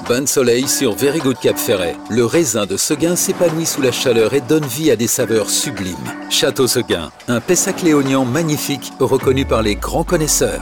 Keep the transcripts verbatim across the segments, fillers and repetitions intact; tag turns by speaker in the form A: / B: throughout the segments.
A: Bain de soleil sur Very Good Cap Ferret. Le raisin de Seguin s'épanouit sous la chaleur et donne vie à des saveurs sublimes. Château Seguin, un Pessac léognan magnifique reconnu par les grands connaisseurs.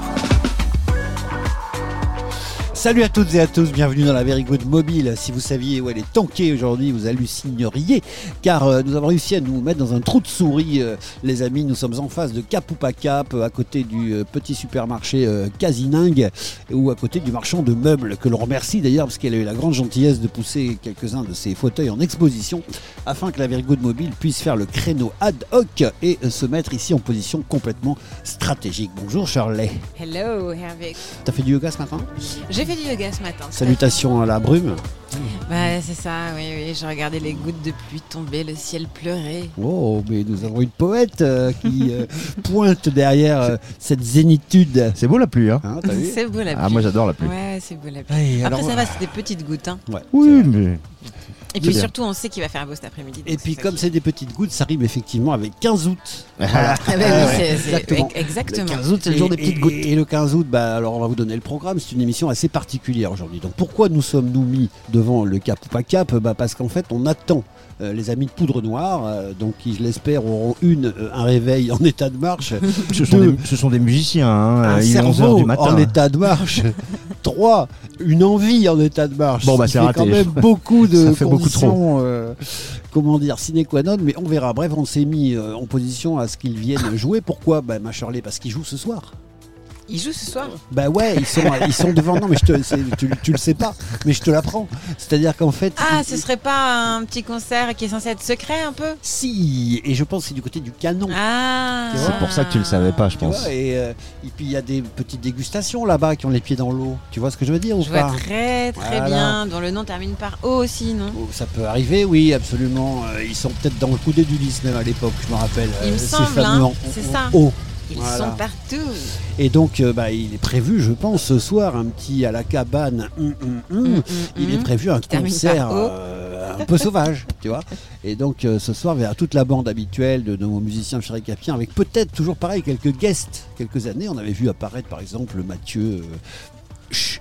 B: Salut à toutes et à tous, bienvenue dans la Very Good Mobile. Si vous saviez où elle est tankée aujourd'hui, vous hallucineriez, car euh, nous avons réussi à nous mettre dans un trou de souris, euh, les amis. Nous sommes en face de Cap ou pas Cap, à côté du euh, petit supermarché euh, Casiningue, ou à côté du marchand de meubles, que l'on remercie d'ailleurs, parce qu'elle a eu la grande gentillesse de pousser quelques-uns de ses fauteuils en exposition, afin que la Very Good Mobile puisse faire le créneau ad hoc et euh, se mettre ici en position complètement stratégique. Bonjour Charlie.
C: Hello Hervé.
B: T'as fait du yoga ce matin ?
C: J'ai fait du yoga ce matin.
B: Salutations à la brume.
C: Bah, c'est ça, oui, oui. Je regardais les gouttes de pluie tomber, le ciel pleurer.
B: Oh, mais nous avons une poète euh, qui euh, pointe derrière euh, cette zénitude.
D: C'est beau la pluie, hein,
B: hein t'as vu ?
C: C'est beau la pluie.
D: Ah, moi j'adore la pluie.
C: Ouais, c'est beau la pluie.
B: Hey,
C: Après,
B: alors,
C: ça va, c'est des petites gouttes. Hein.
B: Ouais,
D: oui, mais.
C: Et puis
D: bien.
C: surtout, on sait qu'il va faire beau cet après-midi.
B: Et puis, comme c'est des petites gouttes, ça rime effectivement avec quinze août.
C: Voilà. Ah, bah, oui,
B: ouais,
C: c'est, c'est,
B: exactement.
C: exactement.
B: Le quinze août, c'est le jour des petites
C: et,
B: gouttes. Et, et le quinze août, bah, alors on va vous donner le programme. C'est une émission assez particulière aujourd'hui. Donc pourquoi nous sommes-nous mis devant le Cap ou pas Cap ? Bah, parce qu'en fait, on attend euh, les amis de Poudre Noire, euh, donc qui, je l'espère, auront une, euh, un réveil en état de marche.
D: Ce sont,
B: deux,
D: des, ce sont des musiciens, hein,
B: un
D: il est onze heures
B: cerveau
D: du matin.
B: en état de marche. Trois, une envie en état de marche.
D: Bon, bah,
B: Ce
D: c'est
B: qui fait
D: raté.
B: quand même beaucoup de
D: Ça fait beaucoup trop.
B: conditions, euh, comment dire, sine qua non, mais on verra. Bref, on s'est mis euh, en position à ce qu'ils viennent jouer. Pourquoi ? Bah, ma Charlie, parce qu'ils jouent ce soir.
C: Il joue ce soir ?
B: Bah ouais, ils sont, ils sont devant. Non, mais je te, c'est, tu, tu le sais pas, mais je te l'apprends. C'est-à-dire qu'en fait.
C: Ah,
B: ils,
C: ce serait pas un petit concert qui est censé être secret un peu ?
B: Si, et je pense que c'est du côté du canon.
C: Ah,
B: Tu
D: C'est
B: vois
D: pour ça que tu le savais pas, je
B: Tu
D: pense.
B: vois, et, euh, et puis il y a des petites dégustations là-bas qui ont les pieds dans l'eau. Tu vois ce que je veux dire ou
C: Je
B: pas ?
C: vois très très
B: Voilà.
C: bien, dont le nom termine par O aussi, non ?
B: Oh, ça peut arriver, oui, absolument. Euh, ils sont peut-être dans le coudé d'Ulysse même à l'époque, je me rappelle.
C: Il me
B: ces
C: semble,
B: fameux
C: hein,
B: en-
C: c'est
B: en-
C: ça.
B: haut.
C: Ils
B: Voilà.
C: sont partout.
B: Et donc, euh, bah, il est prévu, je pense, ce soir, un petit à la cabane. hum, hum, hum.
C: Hum, hum,
B: Il est
C: hum.
B: prévu un
C: termine
B: concert
C: par O.
B: euh, un peu sauvage, tu vois. Et donc, euh, ce soir, vers toute la bande habituelle de nos musiciens chéricapiens, avec peut-être toujours pareil quelques guests. Quelques années, on avait vu apparaître, par exemple, Mathieu. Euh, chut.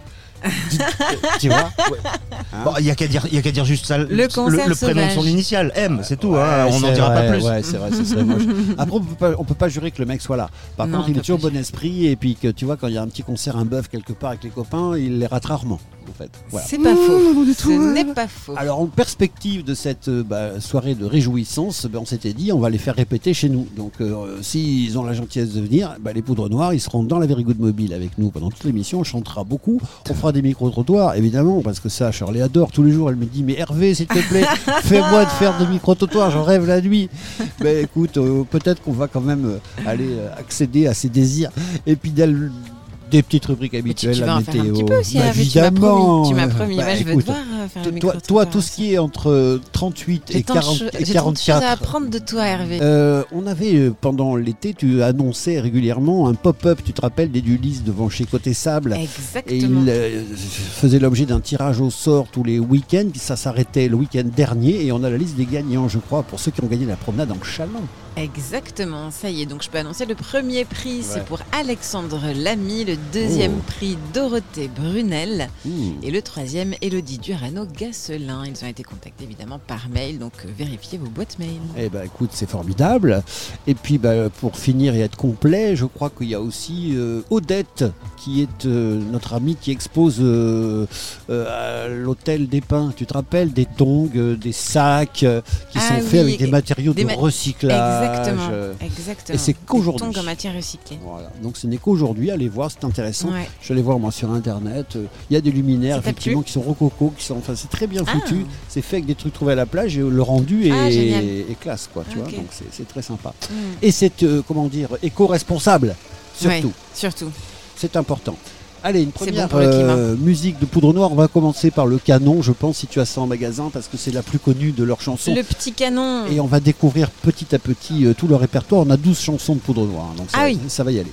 B: Tu vois ouais. Hein
D: Bon, il n'y a qu'à dire, il y a qu'à dire juste ça,
C: Le concert
D: le prénom de son
C: sauvage.
D: initial, M, c'est tout,
B: Ouais,
D: hein, on n'en
B: c'est
D: dira
B: vrai,
D: pas plus.
B: Ouais, c'est vrai, ce serait moche. Après, on peut pas, on peut pas jurer que le mec soit là. Par
C: Non,
B: contre, il
C: on
B: est
C: peut
B: toujours
C: pas
B: bon esprit et puis que tu vois, quand il y a un petit concert, un bœuf quelque part avec les copains, il les rate rarement, en fait. Voilà.
C: C'est pas faux. Ce n'est pas faux.
B: Alors, en perspective de cette euh, bah, soirée de réjouissance, bah, on s'était dit, on va les faire répéter chez nous. Donc, euh, s'ils ont la gentillesse de venir, bah, les Poudres Noires, ils seront dans la Very Good Mobile avec nous pendant toute l'émission. On chantera beaucoup. On fera des micro-trottoirs, évidemment, parce que ça, Charlie adore. Tous les jours, elle me dit, mais Hervé, s'il te plaît, fais-moi de faire des micro-trottoirs, j'en rêve la nuit. Mais écoute, euh, peut-être qu'on va quand même euh, aller euh, accéder à ses désirs. Et puis, d'elle. Des petites rubriques habituelles,
C: tu vas
B: la
C: en
B: météo.
C: faire un petit peu aussi,
B: Bah,
C: Hervé, tu m'as
B: évidemment.
C: promis. Tu m'as promis.
B: Bah,
C: Moi, je veux
B: écoute,
C: te voir euh, faire
B: toi,
C: le
B: toi,
C: micro
B: toi, tout ce qui est entre trente-huit et, quarante, et
C: J'ai tant de
B: quarante-quatre.
C: choses à apprendre de toi, Hervé.
B: Euh, on avait, euh, pendant l'été, tu annonçais régulièrement un pop-up, tu te rappelles, d'Edulis devant chez Côté Sable. Et
C: Exactement.
B: il euh, faisait l'objet d'un tirage au sort tous les week-ends. Ça s'arrêtait le week-end dernier et on a la liste des gagnants, je crois, pour ceux qui ont gagné la promenade en Chaland.
C: Exactement, ça y est. Donc je peux annoncer le premier prix,
B: Ouais.
C: c'est pour Alexandre Lamy, le deuxième
B: Oh.
C: prix Dorothée Brunel
B: Mmh.
C: et le troisième Élodie Durano-Gasselin. Ils ont été contactés évidemment par mail, donc euh, vérifiez vos boîtes mail.
B: Eh ben écoute, c'est formidable. Et puis bah, pour finir et être complet, je crois qu'il y a aussi euh, Odette, qui est euh, notre amie qui expose euh, euh, à l'hôtel des Pins. Tu te rappelles des tongs, euh, des sacs euh, qui
C: Ah
B: sont faits
C: oui,
B: avec des
C: et-
B: matériaux
C: des
B: de
C: ma-
B: recyclage.
C: Exactement,
B: euh,
C: exactement.
B: Et c'est qu'aujourd'hui.
C: Des tongs en matière recyclée.
B: Voilà. Donc ce n'est qu'aujourd'hui, allez voir, c'est intéressant.
C: Ouais.
B: Je suis allé voir moi sur internet, euh, il y a des luminaires
C: Ça t'a
B: effectivement
C: plu
B: qui sont rococo, qui sont, enfin c'est très bien
C: Ah.
B: foutu. C'est fait avec des trucs trouvés à la plage et le rendu est,
C: Ah, génial.
B: est classe quoi, tu
C: Ok.
B: vois. Donc c'est, c'est très sympa.
C: Mm.
B: Et c'est euh, comment dire éco-responsable surtout.
C: Ouais, surtout.
B: C'est important. Allez, une
C: C'est
B: première
C: bon pour le climat.
B: euh, musique de Poudre Noire. On va commencer par le Canon, je pense, si tu as ça en magasin, parce que c'est la plus connue de leurs chansons.
C: Le petit canon.
B: Et on va découvrir petit à petit euh, tout leur répertoire. On a douze chansons de Poudre Noire, hein, donc ça,
C: Ah oui.
B: ça va y aller.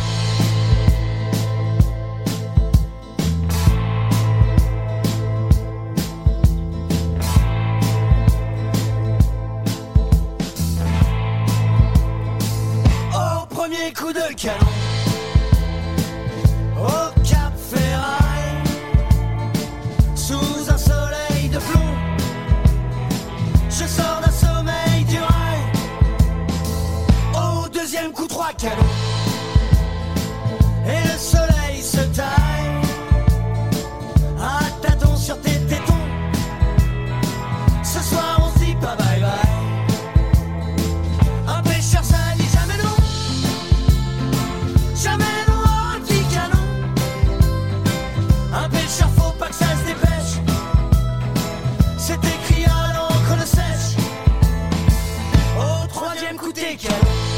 E: Au premier coup de canon, au Cap Ferraille, sous deuxième coup, trois canons. Et le soleil se taille à tâtons sur tes tétons. Ce soir on se dit pas bye bye. Un pêcheur ça dit jamais non. Jamais non à un petit canon. Un pêcheur faut pas que ça se dépêche. C'est écrit à l'encre de sèche. Au troisième coup des canons.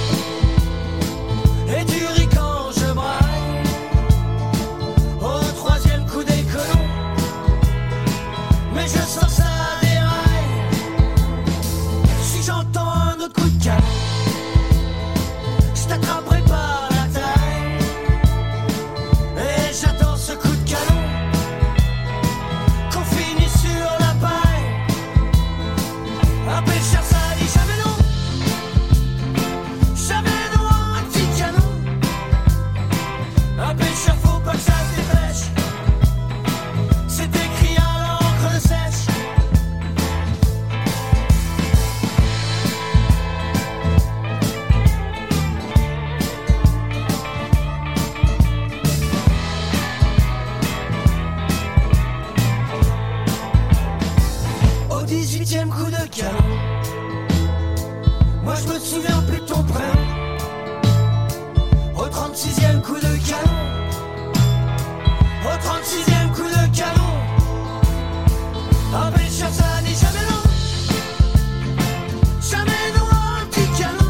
E: Et du riz quand je braille. Au troisième coup des colons. Mais je sens ça déraille. Si j'entends un autre coup de canon, je t'attraperai par la taille. Et j'attends ce coup de canon, qu'on finisse sur la paille. Un pêcheur ça dit jamais non. Jamais non à un petit canon. Un pêcheur faut pas que ça se dépêche. C'est écrit à l'encre de sèche. Au dix-huitième coup de canon, moi je me souviens plus de ton prénom. Au trente-sixième coup de canon, au trente-sixième coup de canon, un pêcheur ça dit jamais non. Jamais non à un petit canon.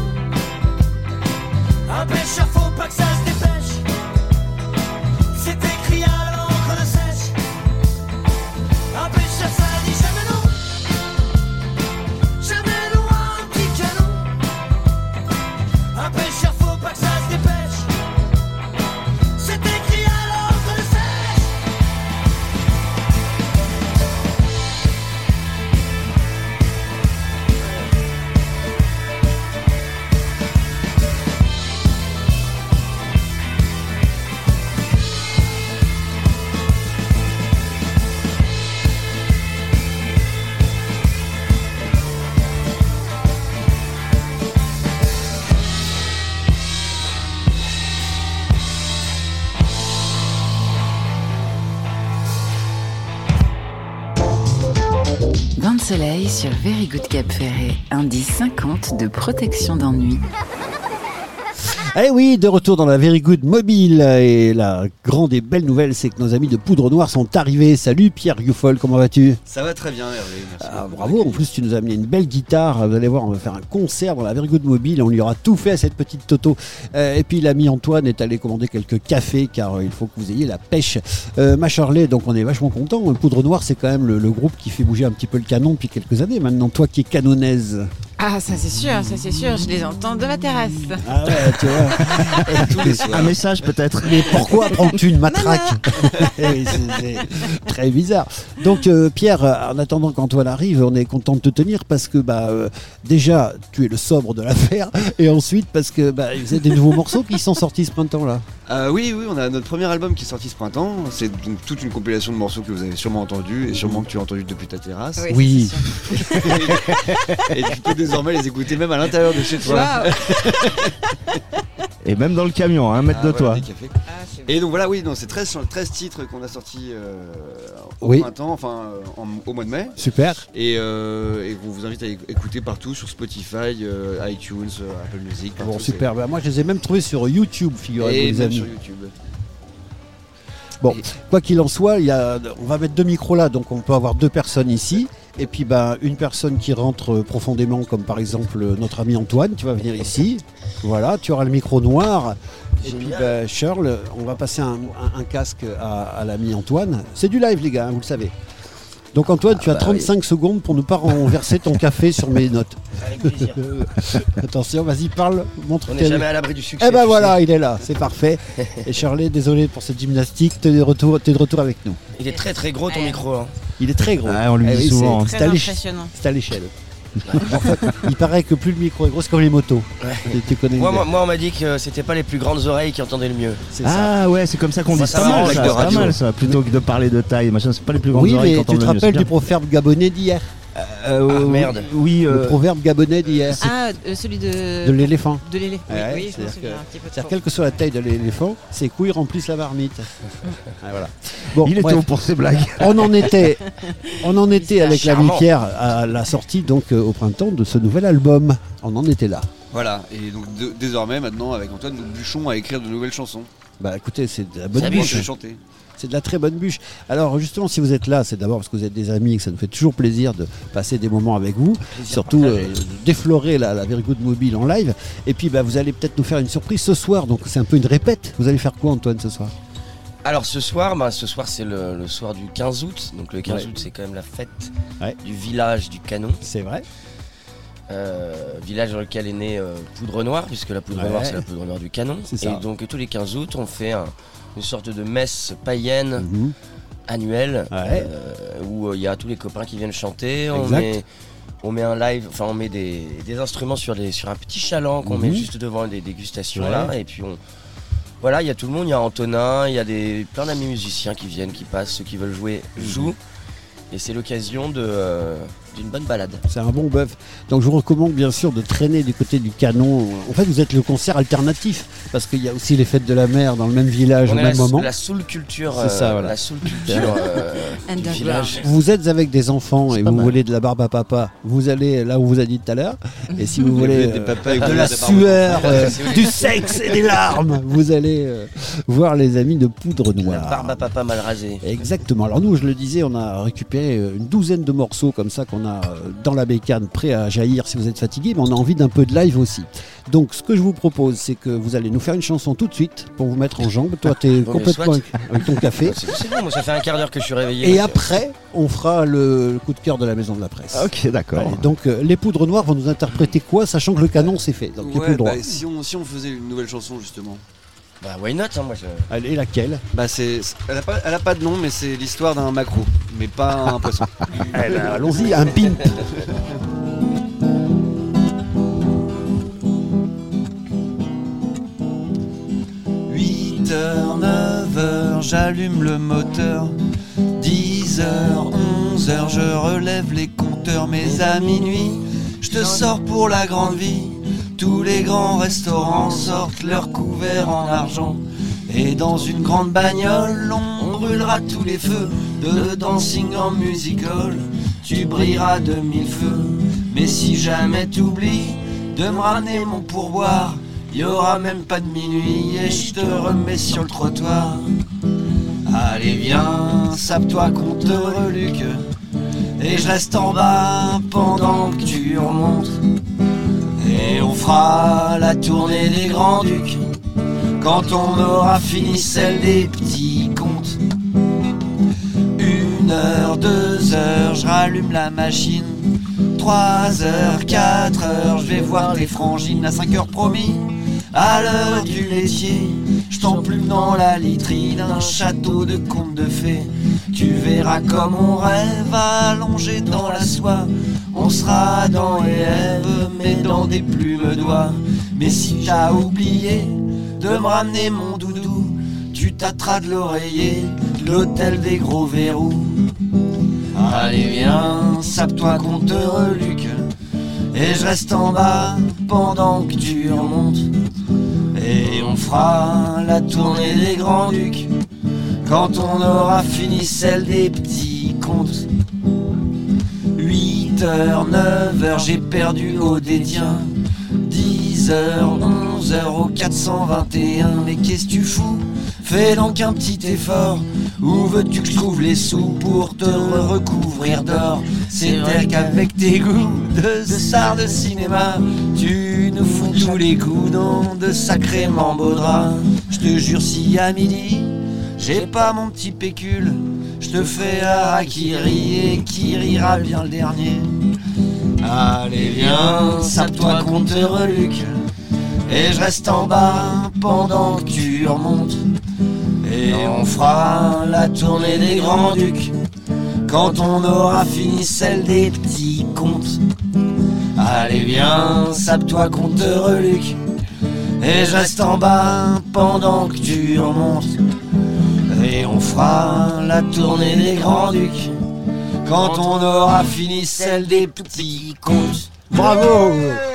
E: Un pêcheur faut pas que ça se dépêche. C'est écrit à l'encre de sèche. Un pêcheur ça dit jamais non. Jamais non à un petit canon. Un pêcheur faut pas que ça se dépêche. C'est écrit à l'encre de sèche.
F: Bain de soleil sur Very Good Cap Ferret. Indice cinquante de protection d'ennui.
B: Eh oui, de retour dans la Very Good Mobile. Et la grande et belle nouvelle, c'est que nos amis de Poudre Noire sont arrivés. Salut Pierre Youfol, comment vas-tu?
G: Ça va très bien, Hervé. Merci.
B: Ah, bravo, en plus tu nous as amené une belle guitare. Vous allez voir, on va faire un concert dans la Very Good Mobile et on lui aura tout fait à cette petite Toto. Euh, et puis l'ami Antoine est allé commander quelques cafés car euh, il faut que vous ayez la pêche. Euh, ma Charlet, donc on est vachement content. Poudre Noire, c'est quand même le, le groupe qui fait bouger un petit peu le canon depuis quelques années. Maintenant, toi qui es canonnaise.
C: Ah, ça c'est sûr, ça c'est sûr, je les entends de ma terrasse.
B: Ah ouais, tu vois.
G: Tous les soirs.
D: Un message peut-être.
B: Mais pourquoi prends-tu une matraque? Eh oui, c'est, c'est très bizarre. Donc euh, Pierre, en attendant qu'Antoine arrive, on est content de te tenir parce que bah euh, déjà tu es le sobre de l'affaire et ensuite parce que bah vous avez des nouveaux morceaux qui sont sortis ce printemps-là.
G: Euh, oui, oui, on a notre premier album qui est sorti ce printemps. C'est donc toute une compilation de morceaux que vous avez sûrement entendus et sûrement que tu as entendu depuis ta terrasse.
B: Oui.
C: ça, c'est sûr.
G: Et tu peux désormais les écouter même à l'intérieur de chez toi.
C: Waouh.
D: Et même dans le camion, à un mètre
G: Ah,
D: de
G: voilà,
D: toi.
G: des cafés.
C: Ah, c'est
G: Et donc voilà, oui, non, c'est treize, treize titres qu'on a sortis euh, au
B: Oui.
G: printemps, enfin euh, en- au mois de mai.
B: Super.
G: Et, euh, et on vous invite à éc- écouter partout sur Spotify, euh, iTunes, euh, Apple Music.
B: Bon,
G: partout,
B: super. Bah, moi je les ai même trouvés sur YouTube,
G: c'est-
B: figurez-vous
G: Et
B: les
G: même
B: amis.
G: sur YouTube.
B: Bon,
G: Et-
B: quoi qu'il en soit, il y a, on va mettre deux micros là, donc on peut avoir deux personnes ici. Et puis bah, une personne qui rentre profondément, comme par exemple notre ami Antoine, tu vas venir ici. Voilà, tu auras le micro noir. Et puis bah, Charles, on va passer un, un- un casque à, à l'ami Antoine. C'est du live les gars, hein, vous le savez. Donc Antoine,
H: Ah
B: tu as
H: bah
B: trente-cinq secondes pour ne pas renverser ton café sur mes notes.
H: Avec plaisir.
B: Attention, vas-y, parle, montre.
H: On n'est
B: tes-
H: jamais à l'abri du succès.
B: Eh ben
H: tu
B: voilà, il est là, c'est parfait. Et Charlie, désolé pour cette gymnastique, t'es de retour, t'es de retour avec nous.
H: sais. Il est très très gros ton
C: Ouais.
H: micro. Hein.
B: Il est très gros.
D: Ouais, on lui
B: Eh
D: dit
B: oui,
D: souvent,
B: c'est-
D: hein.
B: C'est à
C: Très
B: l'éche-
C: impressionnant.
B: c'est à l'échelle. En fait, il paraît que plus le micro est gros, c'est comme les motos.
H: Ouais.
B: Tu- tu connais
H: Moi,
B: l'idée.
H: moi, moi, on m'a dit que c'était pas les plus grandes oreilles qui entendaient le mieux.
B: C'est ça.
D: Ah ouais, c'est comme ça qu'on
H: Ça,
D: dit.
H: ça
D: C'est pas
H: va,
D: mal
H: blague
D: ça,
H: de
D: c'est pas
H: radio.
D: mal ça. Plutôt que de parler de taille, machin, c'est pas les plus grandes
B: Oui,
D: oreilles
B: mais
D: quand on
B: tu te
D: le mieux, c'est
B: rappelles
D: bien.
B: du proverbe gabonais d'hier? Euh,
H: Ah, merde.
D: Oui,
B: Le
D: euh,
B: proverbe gabonais d'hier.
C: Ah, euh, celui de.
B: De l'éléphant.
C: De l'éléphant. Oui,
B: Ouais,
C: oui, je me
B: c'est-à-dire
C: souviens
B: que-
C: un petit peu
B: C'est-à-dire,
C: trop.
B: quelle que soit la taille de l'éléphant, ses couilles remplissent la marmite. Ah, voilà. Bon,
D: il était
B: bref,
D: haut pour ses blagues.
B: on en était, on en était
H: C'est
B: avec l'ami
H: charmant.
B: Pierre à la sortie donc euh, au printemps de ce nouvel album. On en était là.
G: Voilà, et donc de- désormais, maintenant, avec Antoine, nous bûchons à écrire de nouvelles chansons.
B: Bah écoutez, c'est de la bonne
H: Ça
G: Moi,
B: bûche.
G: je vais chanter.
B: C'est de la très bonne bûche. Alors justement, si vous êtes là, c'est d'abord parce que vous êtes des amis et que ça nous fait toujours plaisir de passer des moments avec vous. Surtout euh, d'effleurer la, la Very Good Mobile en live. Et puis bah, vous allez peut-être nous faire une surprise ce soir. Donc c'est un peu une répète. Vous allez faire quoi, Antoine, ce soir?
H: Alors ce soir, bah, ce soir c'est le, le soir du quinze août. Donc le quinze
B: Ouais.
H: août c'est quand même la fête
B: Ouais.
H: du village du Canon.
B: C'est vrai.
H: Euh, village dans lequel est née euh, Poudre Noire, puisque la Poudre
B: Ouais.
H: Noire c'est la Poudre Noire du Canon.
B: C'est
H: Et
B: ça.
H: donc tous les quinze août on fait un- une sorte de messe païenne
B: Mhm.
H: annuelle
B: Ouais.
H: euh, où il y a tous les copains qui viennent chanter. On
B: Exact.
H: met, on met un live, enfin on met des, des instruments sur, les, sur un petit chaland qu'on
B: Mhm.
H: met juste devant des dégustations
B: Ouais.
H: là. Et puis on. Voilà, il y a tout le monde, il y a Antonin, il y a des, plein d'amis musiciens qui viennent, qui passent, ceux qui veulent jouer jouent. Et c'est l'occasion de, euh, d'une bonne balade.
B: C'est un bon bœuf. Donc je vous recommande bien sûr de traîner du côté du Canon. En fait, vous êtes le concert alternatif parce qu'il y a aussi les fêtes de la mer dans le même village
H: On
B: au
H: est
B: même
H: la,
B: moment.
H: la soul culture,
B: C'est ça,
H: euh,
B: voilà.
H: la soul culture euh, du
C: Underground.
H: village.
B: Vous êtes avec des enfants et
D: pas
B: vous
D: mal.
B: voulez de la barbe à papa, vous allez là où vous avez dit tout à l'heure. Et si vous voulez
G: Des
B: euh,
G: papas avec
B: de
G: des
B: la
G: barbe.
B: sueur, euh, du sexe et des larmes, vous allez euh, voir les amis de Poudre
H: La
B: Noire.
H: barbe à papa mal rasée.
B: Exactement. Alors nous, je le disais, on a récupéré euh, une douzaine de morceaux comme ça qu'on a euh, dans la bécane, prêts à jaillir si vous êtes fatigué, mais on a envie d'un peu de live aussi. Donc ce que je vous propose, c'est que vous allez nous faire une chanson tout de suite pour vous mettre en jambe. Toi, tu es
H: Bon,
B: complètement
H: mais
B: avec ton café.
H: C'est c'est bon, moi ça fait un quart d'heure que je suis réveillé.
B: Et
H: donc, euh,
B: après, on fera le, le coup de cœur de la maison de la presse.
D: Ok, d'accord.
B: Allez, donc euh, les Poudres Noires vont nous interpréter quoi, sachant que le canon c'est fait. Donc il n'y a plus
G: Ouais,
B: le droit.
G: bah, si, on, si on faisait une nouvelle chanson, justement.
H: Bah why not hein, moi je...
B: Allez, laquelle?
G: Bah, c'est, c'est- elle, a pas, elle a pas de nom, mais c'est l'histoire d'un maquereau, mais pas un poisson.
B: Eh ben, allons-y, un pimp.
E: huit heures, neuf heures, j'allume le moteur. dix heures, onze heures, je relève les compteurs. Mais à minuit, je te sors pour la grande vie. Tous les grands restaurants sortent leurs couverts en argent. Et dans une grande bagnole, on brûlera tous les feux de dancing en musical. Tu brilleras de mille feux. Mais si jamais t'oublies de me ramener mon pourboire, y aura même pas de minuit et je te remets sur le trottoir. Allez viens, sape-toi contre reluque et je reste en bas pendant que tu remontes. Et on fera la tournée des grands-ducs quand on aura fini celle des petits contes. Une heure, deux heures, je rallume la machine. Trois heures, quatre heures, je vais voir tes frangines. À cinq heures promis, à l'heure du laitier, je t'emplume dans la literie d'un château de contes de fées. Tu verras comme on rêve allongé dans la soie. On sera dans les rêves, mais dans des plumes d'oie. Mais si t'as oublié de me ramener mon doudou, tu tâteras de l'oreiller, de l'hôtel des gros verrous. Allez viens, sape-toi contre reluque et je reste en bas pendant que tu remontes. Et on fera la tournée des grands-ducs quand on aura fini celle des petits contes. huit heures, neuf heures, j'ai perdu au détien. dix heures, onze heures au quatre cent vingt et un. Mais qu'est-ce que tu fous? Fais donc un petit effort. Où veux-tu que je trouve les sous pour te recouvrir d'or? C'est vrai qu'avec tes goûts de star de cinéma, tu nous fous tous les coups dans de sacrément beaux draps. Je te jure, si à midi j'ai pas mon petit pécule, je te fais harakiri et qui rira bien le dernier. Allez viens, sape-toi contre reluque et je reste en bas pendant que tu remontes. Et on fera la tournée des grands-ducs quand on aura fini celle des petits contes. Allez viens, sape-toi contre reluque et je reste en bas pendant que tu remontes. Et on fera la tournée des grands-ducs quand on aura fini celle des petits contes.
B: Bravo.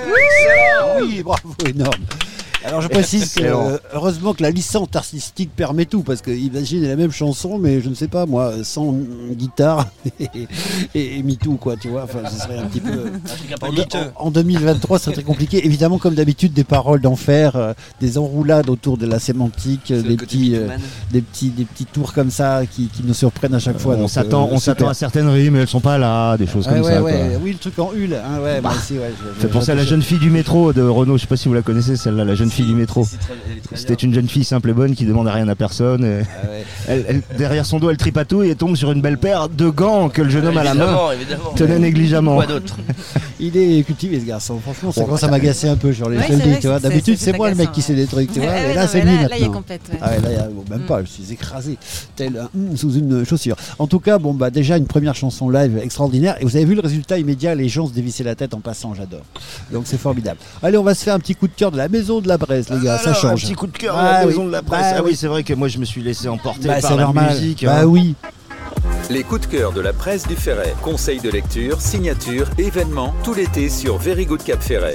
B: Oui, bravo, énorme. Alors je précise que euh, heureusement que la licence artistique permet tout, parce que imagine la même chanson, mais je ne sais pas moi, sans guitare et, et, et MeToo quoi, tu vois, enfin ce serait un petit peu... En, en deux mille vingt-trois, ce serait très compliqué. Évidemment, comme d'habitude, des paroles d'enfer, euh, des enroulades autour de la sémantique, euh, des, petits, euh, des, petits, des petits tours comme ça qui, qui nous surprennent à chaque fois.
D: On
B: donc,
D: s'attend
B: euh,
D: on s'attend à certaines rimes, mais elles sont pas là, des choses
B: ouais,
D: comme
B: ouais,
D: ça.
B: ouais.
D: Quoi.
B: Oui, le truc en hule. Hein, ouais, bah, moi aussi, ouais, je,
D: Fait
B: je,
D: penser
B: je,
D: à la
B: je,
D: jeune fille du métro de Renault, je sais pas si vous la connaissez celle-là, la jeune fille du métro. C'était une jeune fille simple et bonne qui demandait rien à personne. Et
B: ah ouais.
D: elle, elle, derrière son dos, elle tripatouille et tombe sur une belle paire de gants que le jeune homme à la main
H: évidemment.
D: tenait négligemment.
H: Quoi d'autre?
B: Il est cultivé ce garçon, franchement, ça commence à m'agacer un peu sur les
C: Ouais,
B: je le
C: c'est
B: dis,
C: vrai
B: tu vois.
C: que c'est-
B: D'habitude,
C: c'est-
B: c'est
C: c'est
B: moi le mec
C: agaçant,
B: qui sait des trucs, tu vois.
C: Ouais,
B: Et
C: ouais,
B: là,
C: non,
B: c'est
C: mais
B: lui
C: là,
B: maintenant.
C: là, il est complète, ouais.
B: Ah ouais, là, il y a- bon, même
C: Mm.
B: pas, je suis écrasé, tel un hum sous une chaussure. En tout cas, bon, bah déjà une première chanson live extraordinaire. Et vous avez vu le résultat immédiat, les gens se dévissaient la tête en passant, j'adore. Donc c'est formidable. Allez, on va se faire un petit coup de cœur de la maison de la Bresse, les gars, ça
D: Alors,
B: change.
D: Un petit coup de cœur
B: Ah
D: à la
B: oui.
D: maison de la presse.
B: Bah
D: ah oui,
B: oui.
D: c'est vrai que moi je me suis laissé emporter
B: Bah,
D: par
B: c'est
D: la
B: normal.
D: musique.
B: Bah
D: hein.
B: oui.
A: Les coups de cœur de la presse du Ferret. Conseils de lecture, signatures, événements, tout l'été sur Very Good Cap Ferret.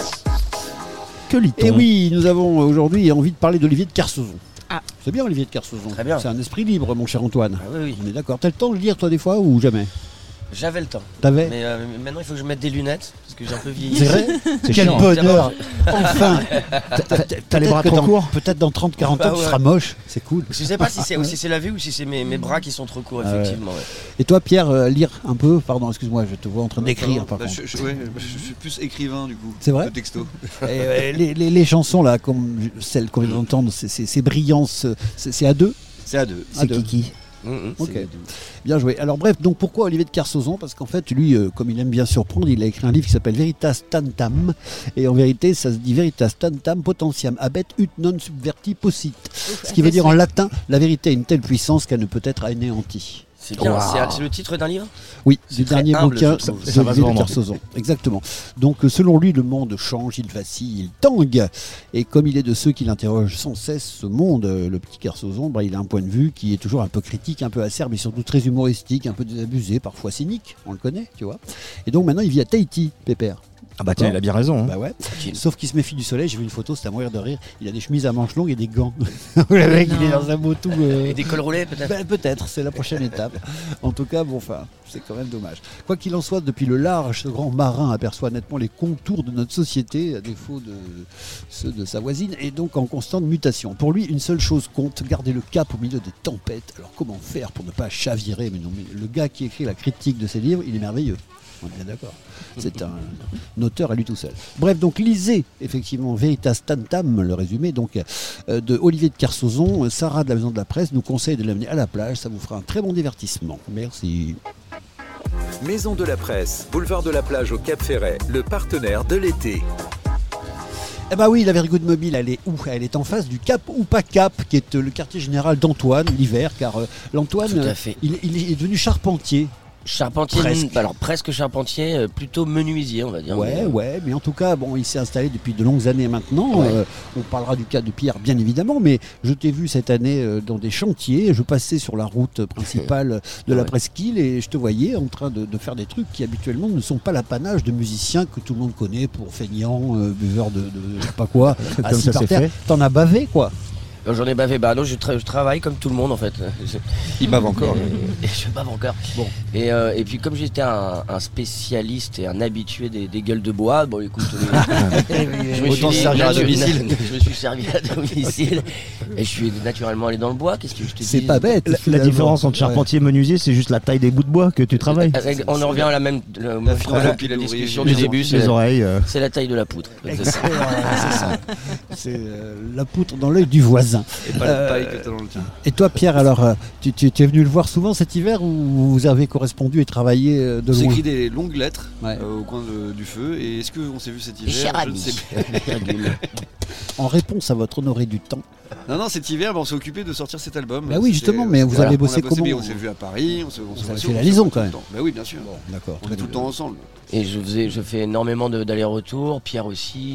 D: Que lit-on
B: Et oui, nous avons aujourd'hui envie de parler d'Olivier de Kersauzon.
C: Ah.
B: C'est bien Olivier de Kersauzon.
H: Très bien.
B: C'est un esprit libre, mon cher Antoine.
H: Ah oui, oui.
B: On est d'accord. T'as le temps de lire toi des fois ou jamais?
H: J'avais le temps.
B: T'avais?
H: Mais euh, maintenant, il faut que je mette des lunettes parce que j'ai un peu vieilli.
B: C'est vrai?
D: C'est
B: Quel
D: chiant.
B: bonheur! Enfin!
D: T'as les bras trop courts?
B: Peut-être dans trente quarante ans,
H: Ah
B: tu
H: ouais.
B: seras moche. C'est cool.
H: Je sais pas si c'est si c'est la vue ou si c'est mes, mes bras qui sont trop courts,
B: Ah ouais.
H: effectivement. ouais.
B: Et toi, Pierre, euh, lire un peu? Pardon, excuse-moi, je te vois en train d'écrire par
G: Bah,
B: contre.
G: je, je- ouais, je suis plus écrivain du coup.
B: C'est vrai
G: de texto.
B: Et, euh, les, les- les chansons, là, comme celles qu'on vient d'entendre, c'est- c'est c'est brillant, c'est c'est à deux?
G: C'est à deux.
B: À
D: C'est
B: deux.
D: Kiki.
H: Mm, mm.
B: Ok.
G: C'est-
B: Bien joué. Alors bref, donc pourquoi Olivier de Kersauzon? Parce qu'en fait, lui, euh, comme il aime bien surprendre, il a écrit un livre qui s'appelle Veritas Tantam. Et en vérité, ça se dit Veritas Tantam Potentiam Abet ut non subverti possit. Ce qui veut dire en latin, la vérité a une telle puissance qu'elle ne peut être anéantie.
H: C'est bien.
B: Wow.
H: C'est c'est le titre d'un livre?
B: Oui,
H: C'est
B: du
H: très
B: dernier
H: humble,
B: bouquin
H: je trouve.
B: de
D: Ça va se
B: Olivier de
D: vendre.
B: Kersauzon. Exactement. Donc euh, selon lui, le monde change, il vacille, il tangue. Et comme il est de ceux qui l'interrogent sans cesse, ce monde, euh, le petit Kersauzon, bah, il a un point de vue qui est toujours un peu critique, un peu acerbe, mais surtout très humoristique, un peu désabusé, parfois cynique, on le connaît, tu vois. Et donc maintenant, il vit à Tahiti, Pépère.
D: Ah bah tiens, il a bien raison. hein.
B: Bah ouais.
H: Tranquille.
B: Sauf qu'il se méfie du soleil, j'ai vu une photo, c'était à mourir de rire. Il a des chemises à manches longues et des gants. Le mec, il est dans un moto. euh,
H: Et des cols roulés, peut-être?
B: ben, peut-être, c'est la prochaine étape. En tout cas, bon, enfin, c'est quand même dommage. Quoi qu'il en soit, depuis le large, ce grand marin aperçoit nettement les contours de notre société, à défaut de ceux de sa voisine, et donc en constante mutation. Pour lui, une seule chose compte, garder le cap au milieu des tempêtes. Alors comment faire pour ne pas chavirer? Mais non, mais le gars qui écrit la critique de ses livres, il est merveilleux. On est bien d'accord. C'est un, un auteur à lui tout seul. Bref, donc lisez effectivement Veritas Tantam, le résumé donc euh, de Olivier de Kersauzon. Sarah de la Maison de la Presse nous conseille de l'amener à la plage. Ça vous fera un très bon divertissement. Merci.
A: Maison de la Presse, boulevard de la Plage au Cap Ferret, le partenaire de l'été.
B: Eh bah oui, la Very Good Mobile, elle est où? Elle est en face du Cap ou pas Cap, qui est euh, le quartier général d'Antoine l'hiver, car euh, l'Antoine,
H: Tout à
B: euh,
H: fait.
B: il, il est devenu charpentier.
H: Charpentier,
B: Presque.
H: alors presque charpentier, euh, plutôt menuisier, on va dire.
B: Ouais,
H: mais, euh,
B: ouais, mais en tout cas, bon, il s'est installé depuis de longues années maintenant.
H: Ouais.
B: Euh, on parlera du cas de Pierre, bien évidemment, mais je t'ai vu cette année euh, dans des chantiers. Je passais sur la route principale de la
H: Ouais.
B: Presqu'île et je te voyais en train de, de faire des trucs qui habituellement ne sont pas l'apanage de musiciens que tout le monde connaît pour feignants, euh, buveurs de, de, de je sais pas quoi,
D: Comme
B: assis
D: ça
B: par
D: c'est
B: terre.
D: fait.
B: T'en as bavé, quoi.
H: euh, J'en ai bavé, bah non, je, tra- je travaille comme tout le monde en fait.
G: Il bave encore.
H: Et, et je bave encore.
B: Bon.
H: Et, euh, et puis comme j'étais un, un spécialiste et un habitué des, des gueules de bois, bon écoute, euh, je me
G: Autant
H: suis
G: se servir à
H: natu-
G: domicile.
H: Je me suis servi à domicile et je suis naturellement allé dans le bois. Qu'est-ce que je te dis?
B: C'est pas bête.
D: La, la
B: finalement.
D: différence entre charpentier et menuisier, c'est juste la taille des bouts de bois que tu travailles.
H: Avec- On en revient à la même, le-
G: La
H: je crois,
G: la
H: la,
G: pile
H: la
G: à
H: discussion
G: l'oreiller.
H: du début,
D: les
H: c'est
D: oreilles. euh.
H: c'est la taille de la poutre.
B: Excellent, c'est ça. C'est euh, la poutre dans l'œil du voisin.
G: Et pas
B: Euh,
G: la paille que t'as dans le tien.
B: Et toi, Pierre, alors, euh, tu, tu- tu es venu le voir souvent cet hiver ou vous avez correspondu et travaillé euh, de
G: On
B: loin?
G: s'écrit des longues lettres
B: Ouais.
G: euh, au coin de- du feu. Et est-ce qu'on s'est vu cet hiver?
H: Cher
G: Je ne
H: ami.
G: sais pas.
B: En réponse à votre honoré du temps.
G: Non, non, cet hiver, bah, on s'est occupé de sortir cet album.
B: Bah oui,
G: C'était-
B: justement, mais vous
G: voilà,
B: avez
G: on a
B: bossé comment?
G: mais On s'est vu à Paris, on s'est on s'est
B: Vous avez
G: passé-
B: fait la
G: on s'est
B: liaison,
G: vu
B: quand
G: tout
B: même.
G: le temps. Bah oui, bien sûr.
B: D'accord.
G: On est tout le temps ensemble.
H: Et je faisais, je fais énormément de- d'allers-retours. Pierre aussi. euh,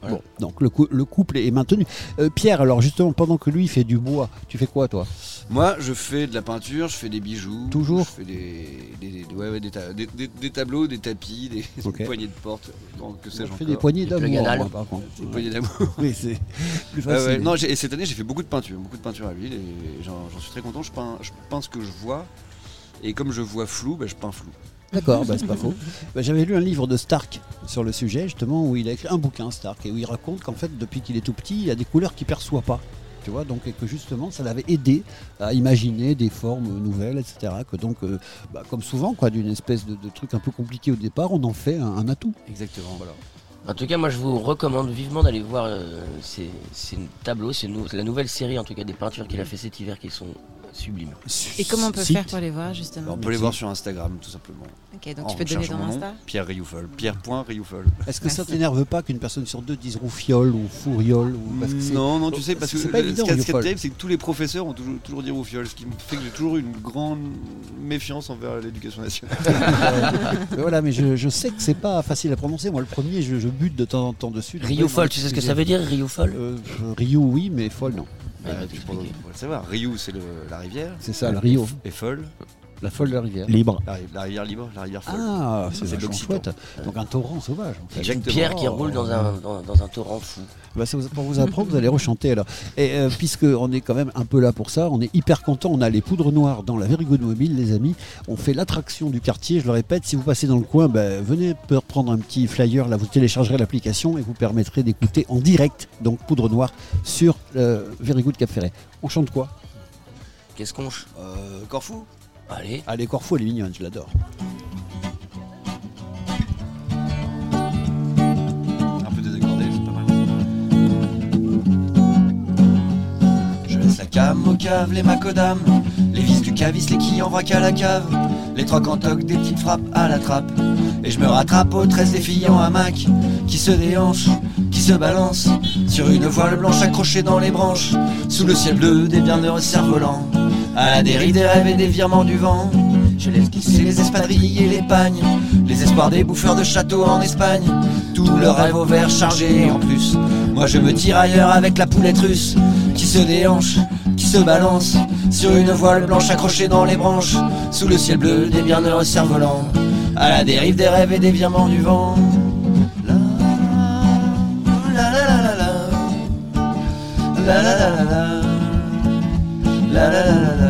H: Voilà.
B: Bon, donc le, cou- le couple est maintenu. Euh, Pierre, alors justement, pendant que lui fait du bois, tu fais quoi toi?
G: Moi, je fais de la peinture, je fais des bijoux.
B: Toujours
G: Je fais des, des, des- ouais, ouais, des, ta- des- des- des tableaux, des tapis, des,
B: Ok.
G: des poignées de porte. Que sais-je
B: Je
G: encore.
B: fais des poignées
H: Des
B: d'amour,
H: plug-anal.
B: moi, par contre.
G: Des poignées d'amour.
B: Oui, c'est plus
G: Ouais,
B: facile.
G: ouais. Non, j'ai- et cette année, j'ai fait beaucoup de peinture, beaucoup de peinture à l'huile et j'en j'en suis très content. Je peins, je peins ce que je vois. Et comme je vois flou, bah, je peins flou.
B: D'accord, bah, c'est pas faux. Bah, j'avais lu un livre de Stark sur le sujet, justement, où il a écrit un bouquin, Stark, et où il raconte qu'en fait, depuis qu'il est tout petit, il y a des couleurs qu'il perçoit pas. Tu vois, donc, et que justement, ça l'avait aidé à imaginer des formes nouvelles, et cetera. Que donc, euh, bah, comme souvent, quoi, d'une espèce de, de truc un peu compliqué au départ, on en fait un, un atout.
G: Exactement, voilà.
H: En tout cas, moi je vous recommande vivement d'aller voir euh, ces, ces tableaux, c'est nou- la nouvelle série en tout cas des peintures qu'il a fait cet hiver qui sont sublimes.
C: Et comment on peut
B: Site.
C: faire pour les voir justement?
G: Alors, on peut les voir sur Instagram, tout simplement.
C: Ok, donc
G: En
C: tu peux donner
G: recherchant
C: ton
G: mon nom,
C: Insta?
G: Pierre Rioufol. Pierre.Rioufol.
B: Est-ce que ça t'énerve pas qu'une personne sur deux dise roufiole ou fourriole ou... parce que c'est-
G: Non, non, tu sais, parce que
B: c'est pas
G: le-
B: évident,
G: ce qui est- ce qui est
B: Rioufol.
G: terrible, c'est que tous les professeurs ont toujours, toujours dit Roufiol, ce qui me fait que j'ai toujours eu une grande méfiance envers l'éducation nationale.
B: Mais voilà, mais je, je sais que c'est pas facile à prononcer. Moi, le premier, je, je bute de temps en temps dessus. Donc,
H: Rio
B: ouais,
H: Folle,
B: moi,
H: tu sais ce que
B: j'ai-
H: ça veut dire, Rio Folle
B: Euh, Rio, oui, mais folle, non.
H: Ouais,
G: Bah,
H: bah,
G: tu
H: tu
G: pourrais
H: expliques.
G: le savoir. Rio, c'est le- la rivière.
B: C'est ça, le Rio.
G: Et folle,
B: La folle de la rivière.
D: Libre.
G: la, ri- la rivière libre, la rivière folle.
B: Ah, c'est
G: C'est
B: vachement
G: l'Occitan.
B: chouette. Donc un torrent sauvage. En fait.
H: Une
G: Exactement.
H: pierre qui roule dans un, dans, dans un torrent fou.
B: Bah, c'est pour vous apprendre, vous allez rechanter alors. Et euh, puisque on est quand même un peu là pour ça, on est hyper content. On a les poudres noires dans la Very Good Mobile, les amis. On fait l'attraction du quartier. Je le répète, si vous passez dans le coin, bah, venez pe- prendre un petit flyer. Là, vous téléchargerez l'application et vous permettrez d'écouter en direct. Donc poudre noire sur euh, Very Good Cap Ferret. On chante quoi?
H: Qu'est-ce qu'on... ch-
G: Euh, Corfou.
H: Allez.
B: Allez, Corfou, elle est mignonne, je l'adore.
G: Un peu désaccordé, c'est pas mal. Je laisse la cam au cave, les macadam, les vis du caviste, les quilles en vrac à la cave, les trocs en toc, des petites frappes à la trappe. Et je me rattrape aux treize des filles en hamac qui se déhanchent, qui se balancent sur une voile blanche accrochée dans les branches, sous le ciel bleu des bienheureux cerfs-volants. À la dérive des rêves et des virements du vent, je laisse glisser les espadrilles et les pagnes, les espoirs des bouffeurs de châteaux en Espagne, tout leur rêve au vert chargé en plus. Moi je me tire ailleurs avec la poulette russe qui se déhanche, qui se balance sur une voile blanche accrochée dans les branches, sous le ciel bleu des bienheureux cerfs-volants. À la dérive des rêves et des virements du vent. La la la la la la la la la la. La la la la la.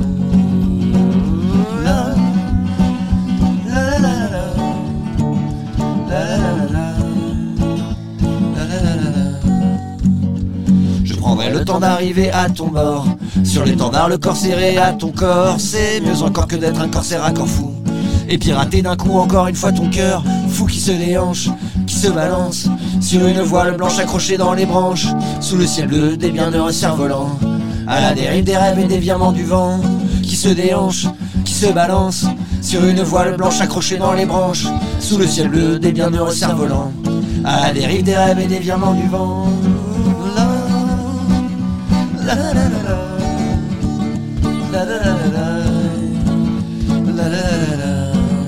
G: La la la la la. La la la la la. La la la la la. Je prendrai le temps d'arriver à ton bord, sur l'étendard le corps serré à ton corps. C'est mieux encore que d'être un corsaire à corps fou et pirater d'un coup encore une fois ton cœur fou qui se déhanche, qui se balance sur une voile blanche accrochée dans les branches, sous le ciel bleu des bienheureux cerfs-volants. À la dérive des rêves et des virements du vent, qui se déhanche, qui se balance sur une voile blanche accrochée dans les branches, sous le ciel bleu des bienheureux cerfs-volants. À la dérive des rêves et des virements du vent. La la la la la. La la la la la. La la la la la.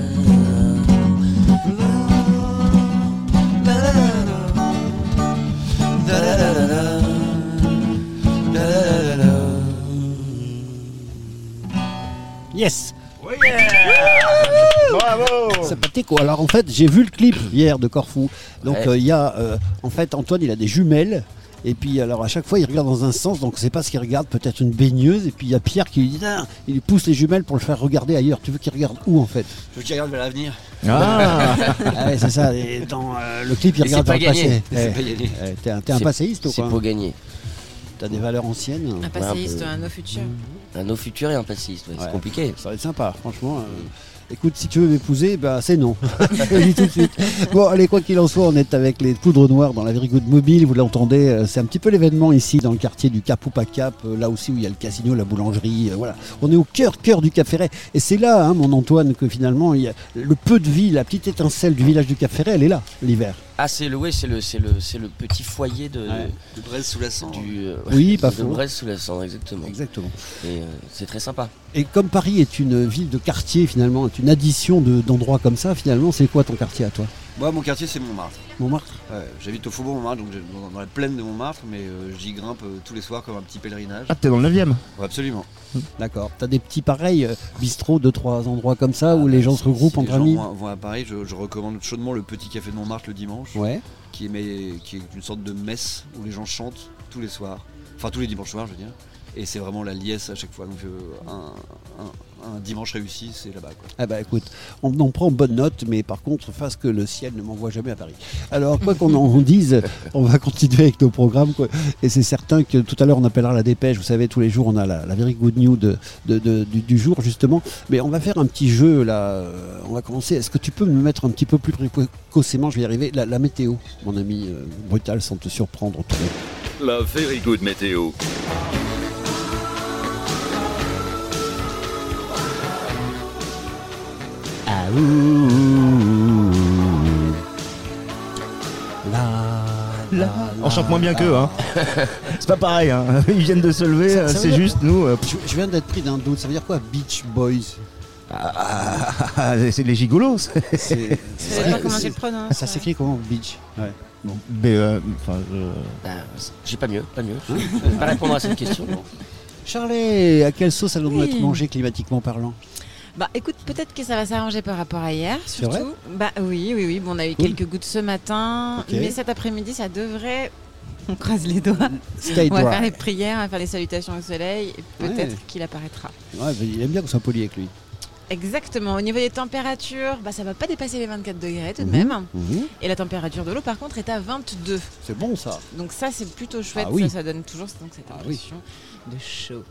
G: La la la la. La la la la la.
B: Yes.
D: Bravo.
B: Sympathique quoi. Alors en fait, j'ai vu le clip hier de Corfou. Donc il
H: Ouais.
B: y a, euh, en fait, Antoine, il a des jumelles. Et puis alors à chaque fois il regarde dans un sens, donc c'est pas ce qu'il regarde, peut-être une baigneuse. Et puis il y a Pierre qui lui dit, ah, il lui pousse les jumelles pour le faire regarder ailleurs. Tu veux qu'il regarde où en fait?
G: Je veux qu'il regarde vers l'avenir.
D: Ah.
B: Ah ouais, c'est ça. Et dans euh, le clip il
H: Et
B: regarde
H: c'est
B: vers le
H: pas
B: passé.
H: gagné.
B: Eh,
G: C'est pas gagné.
B: eh, T'es un, t'es un
H: C'est-
B: passéiste ou
H: C'est
B: quoi?
H: pour gagner.
B: T'as des valeurs anciennes.
C: Un passéiste, un no futur.
H: Un no futur et un passiste, ouais,
B: Ouais.
H: c'est compliqué.
B: Ça va être sympa, franchement. euh, Écoute, si tu veux m'épouser, bah c'est non. Je le dis tout de suite. Bon, allez, quoi qu'il en soit, on est avec les poudres noires dans la Very Good Mobile. Vous l'entendez, euh, c'est un petit peu l'événement ici dans le quartier du Cap ou pas Cap, euh, là aussi où il y a le casino, la boulangerie. euh, voilà, on est au cœur, cœur du Cap Ferret. Et c'est là, hein, mon Antoine, que finalement, il y a le peu de vie, la petite étincelle du village du Cap Ferret, elle est là l'hiver.
H: Ah, c'est le, ouais, c'est le, c'est le, c'est le petit foyer de,
B: Ouais.
G: De Brest sous la cendre.
H: du, euh,
B: Oui, pas
H: de
B: faux.
H: Brest sous la cendre, exactement.
B: Exactement.
H: Et euh, c'est très sympa.
B: Et comme Paris est une ville de quartier finalement, est une addition de- d'endroits comme ça, finalement, c'est quoi ton quartier à toi?
G: Moi, mon quartier, c'est Montmartre.
B: Montmartre.
G: Ouais, j'habite au Faubourg Montmartre, donc j'ai- dans, dans la plaine de Montmartre, mais euh, j'y grimpe euh, tous les soirs comme un petit pèlerinage.
D: Ah, t'es dans le neuvième.
G: Ouais, absolument.
B: D'accord. T'as des petits pareils, euh, bistrots, deux, trois endroits comme ça où les gens se regroupent
G: Si
B: entre
G: les gens
B: amis.
G: vont, vont à Paris, je, je recommande chaudement le Petit Café de Montmartre le dimanche,
B: Ouais.
G: qui est, mais- qui est une sorte de messe où les gens chantent tous les soirs. Enfin, tous les dimanches soirs, je veux dire. Et c'est vraiment la liesse à chaque fois. Donc, euh, un, un- un dimanche réussi, c'est là-bas, quoi.
B: Ah bah écoute, on en prend bonne note, mais par contre, fasse que le ciel ne m'envoie jamais à Paris. Alors, quoi qu'on en dise, on va continuer avec nos programmes, quoi. Et c'est certain que tout à l'heure, on appellera la dépêche. Vous savez, tous les jours, on a la, la very good news de, de- de- du, du jour, justement. Mais on va faire un petit jeu, là. Euh, On va commencer. Est-ce que tu peux me mettre un petit peu plus précocement, je vais y arriver, la, la météo, mon ami euh, Brutal, sans te surprendre trop.
A: La Very Good Météo.
B: Ah, ouh, la, la,
D: On chante moins bien
B: la.
D: qu'eux, hein. C'est pas pareil, hein. Ils viennent de se lever,
B: Ça-
D: euh,
B: ça veut
D: c'est
B: dire-
D: juste nous. euh,
B: Je, je viens d'être pris d'un doute. Ça veut dire quoi, Beach Boys?
D: ah, ah, ah, c'est les gigolos. c'est-
B: C'est-
C: Je sais pas comment tu le prononces.
B: Ça s'écrit comment, Beach? Ouais.
D: Mais euh, enfin, euh,
H: Bah, j'ai pas mieux, pas mieux. Je vais pas répondre à cette question.
B: Charlie, à quelle sauce allons-nous
C: Oui.
B: être mangés climatiquement parlant?
C: Bah écoute, peut-être que ça va s'arranger par rapport à hier,
B: C'est vrai
C: surtout. Bah oui, oui, oui. Bon, on a eu
B: Cool.
C: quelques gouttes ce matin,
B: Ok.
C: mais cet après-midi, ça devrait. On croise les doigts.
B: Stay
C: On va
B: dry.
C: faire les prières, on va faire les salutations au soleil, et peut-être
B: Ouais.
C: qu'il apparaîtra.
B: Ouais, mais il aime bien qu'on soit poli avec lui.
C: Exactement. Au niveau des températures, bah ça va pas dépasser les vingt-quatre degrés tout de
B: Mhm.
C: même.
B: Mhm.
C: Et la température de l'eau, par contre, est à vingt-deux.
B: C'est bon ça.
C: Donc ça, c'est plutôt chouette.
B: Ah oui.
C: ça, ça donne toujours donc, cette
B: Ah oui.
C: impression de chaud.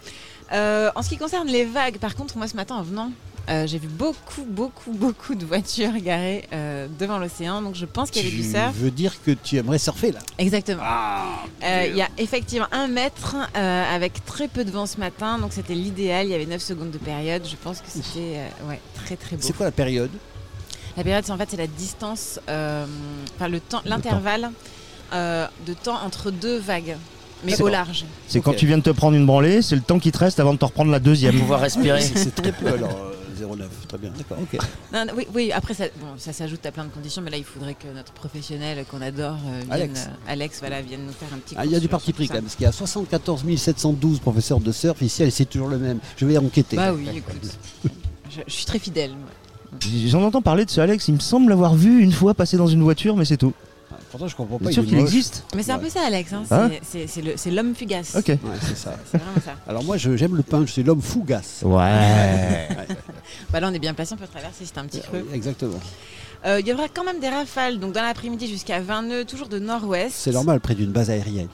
C: Euh, en ce qui concerne les vagues, par contre, moi ce matin en venant, euh, j'ai vu beaucoup, beaucoup, beaucoup de voitures garées euh, devant l'océan. Donc je pense qu'il y avait du
B: Tu
C: surf.
B: veux dire que tu aimerais surfer là?
C: Exactement.
B: Ah,
C: Euh, Il y a effectivement un mètre euh, avec très peu de vent ce matin. Donc c'était l'idéal. Il y avait neuf secondes de période. Je pense que c'était euh, ouais, très, très beau.
B: c'est quoi la période?
C: La période, c'est en fait c'est la distance, euh, enfin le temps, l'intervalle euh, de temps entre deux vagues, mais
D: C'est
C: au
D: bon.
C: large.
D: c'est
B: Ok.
D: quand tu viens de te prendre une branlée, c'est le temps qui te reste avant de te reprendre la deuxième.
H: Pouvoir respirer.
B: C'est c'est très peu alors, euh, zéro neuf. Très bien, d'accord, ok.
C: Non, non, oui, oui, après ça, bon, ça s'ajoute à plein de conditions, mais là il faudrait que notre professionnel qu'on adore, euh, vienne,
B: Alex.
C: euh, Alex, voilà, vienne nous faire un petit.
B: Ah, il y a
C: cours
B: du
C: sur-
B: parti
C: sur
B: pris
C: ça.
B: quand même, parce qu'il y a soixante-quatorze mille sept cent douze professeurs de surf. Ici, c'est toujours le même. Je vais enquêter.
C: Bah oui, écoute, je, je suis très fidèle. moi.
D: J'en entends parler de ce Alex, il me semble l'avoir vu une fois passer dans une voiture, mais c'est tout.
B: Ah, pourtant, je comprends pas.
D: T'es
B: il
D: sûr
B: est
D: qu'il
B: moche.
D: existe?
C: Mais c'est un
B: Ouais.
C: peu ça, Alex. Hein,
D: Hein
C: c'est- c'est c'est le- c'est l'homme fugace.
D: Ok.
B: Ouais, c'est ça.
C: C'est vraiment ça.
B: Alors moi, je- j'aime le punch, c'est l'homme fougasse.
D: Ouais.
C: Bah là, on est bien placé, on peut traverser. C'est un petit creux.
B: Oui, exactement.
C: Euh, Il y aura quand même des rafales, donc dans l'après-midi jusqu'à vingt nœuds, toujours de nord-ouest.
B: C'est normal près d'une base aérienne.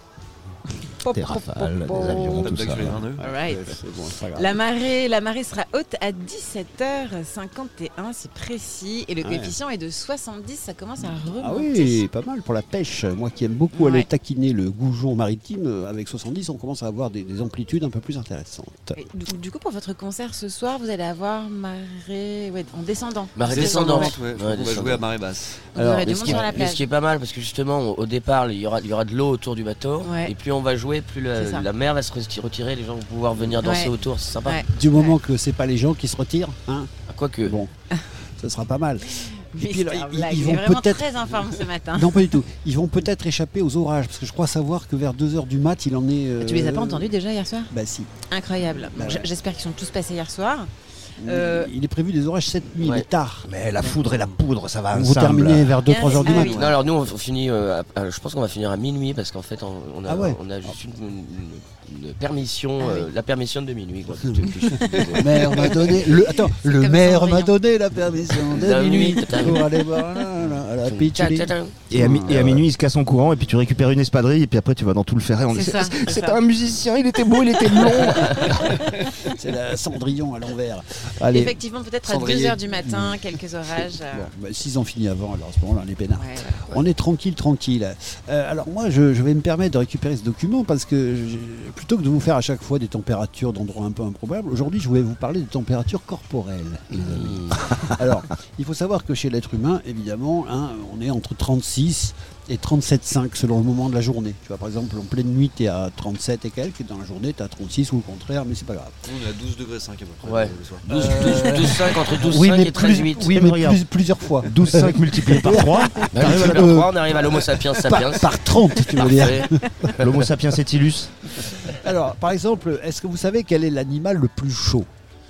C: Pop,
D: Des
C: pop,
D: rafales,
C: pop, pop.
D: des avions,
G: Pas de
D: tout
G: blague
D: ça.
G: sur les vingt-deux.
C: All right.
B: C'est bon, c'est pas grave.
C: La marée, la marée sera haute à dix-sept heures cinquante et un, c'est précis. Et le
B: Ouais.
C: coefficient est de soixante-dix, ça commence à remonter.
B: Ah oui, pas mal pour la pêche. Moi qui aime beaucoup aller
C: Ouais.
B: taquiner le goujon maritime, euh, avec soixante-dix, on commence à avoir des, des amplitudes un peu plus intéressantes.
C: Et du, du coup, pour votre concert ce soir, vous allez avoir marée ouais, en descendant.
H: Marée
C: C'est
H: descendante.
C: ouais.
G: Ouais,
H: Ouais,
G: on va
H: descendante.
G: jouer à marée basse.
C: Vous
B: Alors,
C: aurez du
H: Mais ce,
C: monde
H: qui
C: sur la
H: est, mais ce
C: plage.
H: qui est pas mal parce que justement au au départ il y aura, il y aura de l'eau autour du bateau
C: Ouais.
H: et plus on va jouer plus la,
C: C'est ça.
H: la mer va se reti- retirer, les gens vont pouvoir venir danser
C: Ouais.
H: autour, c'est sympa.
C: Ouais.
B: Du moment que c'est pas les gens qui se retirent, hein,
H: Quoique,
B: bon, ce sera pas mal. Et puis, là,
C: Mister
B: ils-
C: Black,
B: ils
C: il
B: vont
C: est vraiment
B: peut-être-
C: très informe ce matin.
B: Non, pas du tout. Ils vont peut-être échapper aux orages, parce que je crois savoir que vers deux heures du mat, il en est... euh,
C: Tu les as pas entendus déjà hier soir?
B: Bah si.
C: Incroyable.
B: Bah
C: Donc,
B: ouais.
C: J'espère qu'ils sont tous passés hier soir. Euh,
B: Il est prévu des orages cette nuit,
H: Ouais.
B: mais tard.
D: Mais la foudre et la poudre, ça va
B: Vous
D: ensemble.
B: terminez vers deux
C: Yes,
B: trois heures du
C: ah
B: mat.
C: oui.
H: non, alors nous on, on finit, euh, à- à- je pense qu'on va finir à minuit parce qu'en fait on, on a,
B: Ah ouais.
H: on a juste une, une- une permission,
C: Ah
H: euh,
C: oui.
H: la permission de minuit. Quoi.
B: Le maire m'a donné... Le... Attends, le
C: comme
B: maire
C: Cendrillon.
B: m'a donné la permission de
H: De
B: minuit
H: minuit,
B: pour aller voir là, là, à la pitchouli.
H: Tcha, tcha, tcha.
D: Et à, mi- et à minuit, il se casse en courant, et puis tu récupères une espadrille, et puis après tu vas dans tout le ferret en
C: C'est
D: disant
C: ça, c'est
D: c'est
C: ça.
D: un musicien, il était beau, il était blond.
B: C'est la Cendrillon à l'envers. Allez.
C: Effectivement, peut-être à
G: Cendrier.
C: deux heures du matin, quelques orages. euh,
B: Bon, bah, s'ils ont fini avant, alors à ce moment-là, on est peinards.
C: ouais, voilà.
B: On est tranquille, tranquille. Euh, alors moi, je, je vais me permettre de récupérer ce document parce que je- plutôt que de vous faire à chaque fois des températures d'endroits un peu improbables, aujourd'hui, je voulais vous parler des températures corporelles, les amis. Alors, il faut savoir que chez l'être humain, évidemment, hein, on est entre trente-six et trente-sept virgule cinq selon le moment de la journée. Tu vois, par exemple, en pleine nuit, tu es à trente-sept et quelques, et dans la journée, tu es à trente-six ou le contraire, mais c'est pas grave.
I: Nous, on est à douze degrés cinq à peu près.
H: Ouais.
I: Le soir.
H: douze, douze, douze, cinq, entre douze,
B: oui,
H: cinq
B: mais
H: et treize,
B: plus,
H: huit.
B: oui,
D: Mais
B: mais
D: regarde.
B: plus- plusieurs fois.
D: douze virgule cinq multiplié par trois.
H: Bah, multiplié par
B: euh,
H: trois, on arrive à l'homo sapiens sapiens.
B: Par, par trente, tu veux dire.
H: Parfait.
D: L'homo sapiens etilus.
B: Alors, par exemple, est-ce que vous savez quel est l'animal le plus chaud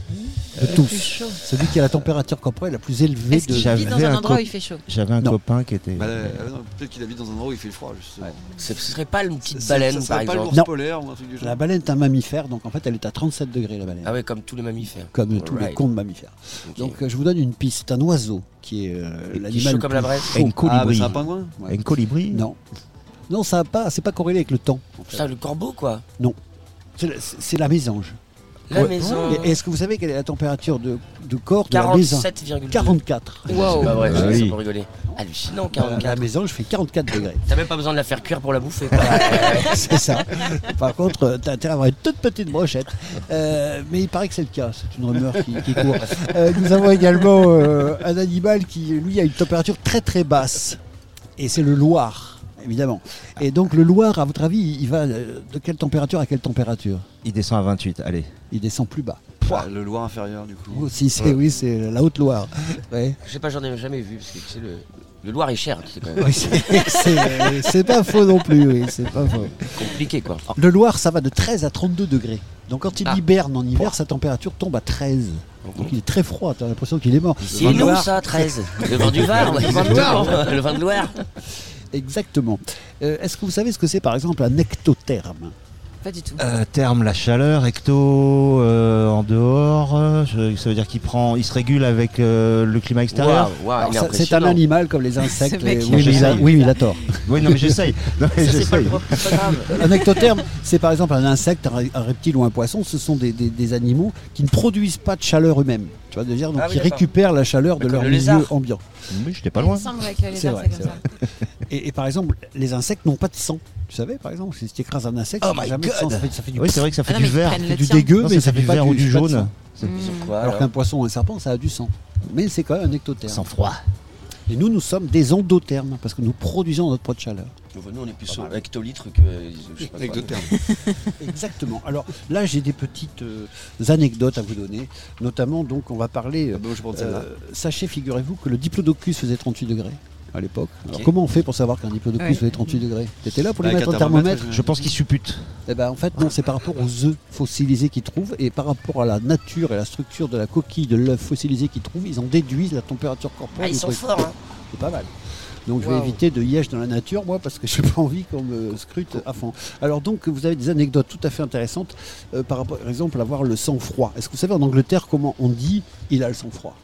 B: de tous? Celui qui a la température corporelle la plus élevée
C: Est-ce
B: de...
C: qu'il
D: J'avais
C: vit dans
D: un
C: un endroit
D: co-
C: où il fait chaud?
D: J'avais un
B: Non.
D: copain qui était.
I: Bah, là, euh, non, peut-être qu'il habite dans un endroit où il fait froid, justement.
B: Ouais.
H: Ce serait pas une petite
I: Ça-
H: baleine,
I: ça serait
H: par
I: pas
H: exemple.
I: l'ours
B: Non.
I: polaire ou un truc du genre.
B: La baleine est un mammifère, donc en fait, elle est à trente-sept degrés, la baleine.
H: Ah ouais, comme tous les mammifères.
B: Comme tous les
H: Alright.
B: cons de mammifères.
H: Ok.
B: Donc, euh, je vous donne une piste. C'est un oiseau qui est euh,
H: Qui est
B: l'animal
H: chaud
B: le
H: comme
B: plus
H: la braise.
B: chaud.
D: Une colibri.
I: Ah, bah, c'est un pingouin.
B: Ouais.
D: Une colibri.
B: Non. Non, ça a pas, c'est pas corrélé avec le temps. en fait.
H: Ça, le corbeau, quoi.
B: C'est la- C'est la mésange.
H: La
B: Ouais.
H: maison.
B: Et est-ce que vous savez quelle est la température de, de corps de la mésange?
H: quarante-sept virgule deux.
B: quarante-quatre.
H: C'est pas vrai,
D: Ah
H: c'est
D: oui.
H: pour rigoler. Hallucinant,
B: La, la
H: quarante-quatre.
B: mésange fait quarante-quatre degrés.
H: T'as même pas besoin de la faire cuire pour la bouffer, quoi.
B: C'est ça. Par contre, t'as intérêt à avoir une toute petite brochette. Euh, mais il paraît que c'est le cas. C'est une rumeur qui, qui court. Euh, nous avons également euh, un animal qui, lui, a une température très très basse. Et c'est le loir, évidemment. Et donc le loir, à votre avis, il va euh, de quelle température à quelle température?
D: Il descend à vingt-huit. Allez.
B: Il descend plus bas.
I: Ah, le Loir inférieur, du coup.
B: Oh, si, c'est, oui, c'est la Haute-Loire. Ouais.
H: Je sais pas, j'en ai jamais vu, parce que tu sais, le, le Loir est cher, tu sais, quand même.
B: Oui, c'est, c'est- c'est pas faux non plus. Oui, c'est pas faux.
H: Compliqué, quoi.
B: Le Loir, ça va de treize à trente-deux degrés. Donc quand il
H: Ah.
B: hiberne en hiver, sa température tombe à treize. Donc il est très froid, t'as l'impression qu'il est mort.
H: C'est
B: Le
H: nous,
B: Loir-
H: ça, treize. Le vin du Var, le vin de Loire. Le vin de Loire.
B: Exactement. Euh, est-ce que vous savez ce que c'est par exemple un ectotherme?
C: Pas du tout.
D: Euh, terme, la chaleur, ecto, euh, en dehors, euh, je- ça veut dire qu'il prend, il se régule avec euh, le climat extérieur.
H: Waouh, waouh,
B: Alors,
H: il est
B: ça- c'est un
H: impressionnant.
B: animal comme les insectes.
C: Ce mec,
B: et-
C: il
B: oui, mais il a,
D: j'essaye.
B: oui, mais il a tort.
D: Oui, non mais j'essaye. Non, mais
H: Ça, c'est pas
D: j'essaye.
H: le c'est pas grave.
B: Un ectotherme, c'est par exemple un insecte, un, ré- un reptile ou un poisson. Ce sont des, des- des animaux qui ne produisent pas de chaleur eux-mêmes. Tu vois, de dire, donc
H: Ah oui,
B: ils
H: d'accord.
B: récupèrent la chaleur de
H: Mais
B: leur
H: comme le
B: milieu
H: lézard.
B: ambiant.
D: Oui, j'étais pas
C: Il
D: loin.
C: me semble ouais, que le
B: C'est
C: lézard,
B: vrai,
C: c'est
B: c'est
C: comme ça.
B: Et, et par exemple, les insectes n'ont pas de sang. Tu savais, par exemple, si tu écrases un insecte,
D: Oh
B: ça fait
D: my
B: jamais de sang,
D: God.
B: ça fait, ça fait du,
D: Oui, c'est vrai que ça fait
C: Ah non,
D: du
C: mais ils
D: vert.
C: prennent
B: ça
C: le
B: fait du
C: tien.
B: dégueu,
D: Non,
B: mais
D: ça
B: ça
D: fait
B: fait
D: du
B: pas
D: vert
B: du,
D: ou du
B: pas de
D: jaune.
B: sang.
D: C'est-
C: Mmh.
H: Quoi,
B: Alors
H: alors
B: qu'un poisson ou un serpent, ça a du sang. Mais c'est quand même un ectotherme.
D: Sans froid.
B: Et nous, nous sommes des endothermes parce que nous produisons notre propre chaleur.
H: Nous, on est plus au hectolitre que. Je sais pas
I: Avec
H: quoi.
I: deux termes.
B: Exactement. Alors là, j'ai des petites euh, anecdotes à vous donner. Notamment, donc, on va parler. euh,
I: Ah bah, moi, je prends celle-là.
B: euh, sachez, figurez-vous, que le diplodocus faisait trente-huit degrés à l'époque. Alors
H: Ok.
B: comment on fait pour savoir qu'un diplodocus
C: Ouais.
B: faisait trente-huit degrés? T'étais là pour
I: Bah,
B: les
I: avec
B: mettre au
I: un thermomètre,
B: thermomètre?
D: Je pense qu'il suppute.
B: Eh ben, en fait, non, c'est par rapport aux œufs fossilisés qu'ils trouvent et par rapport à la nature et la structure de la coquille de l'œuf fossilisé qu'ils trouvent, ils en déduisent la température
H: Ah,
B: corporelle.
H: ils
B: du
H: sont
B: truc.
H: forts, hein.
B: C'est pas mal. Donc je vais
H: Waouh.
B: éviter de liège dans la nature, moi, parce que j'ai pas envie qu'on me scrute à fond. Alors donc, vous avez des anecdotes tout à fait intéressantes euh, par rapport, par exemple, à avoir le sang froid. Est-ce que vous savez en Angleterre comment on dit il a le sang froid?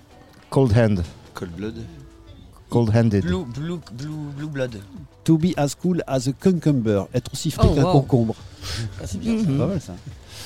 D: Cold hand.
I: Cold Blood.
D: Cold handed.
H: Blue, blue, blue, blue blood.
B: To be as cool as a cucumber, être aussi frais
C: Oh,
B: qu'un
C: wow.
B: concombre.
H: Ah, c'est bien.
B: C'est pas mal ça.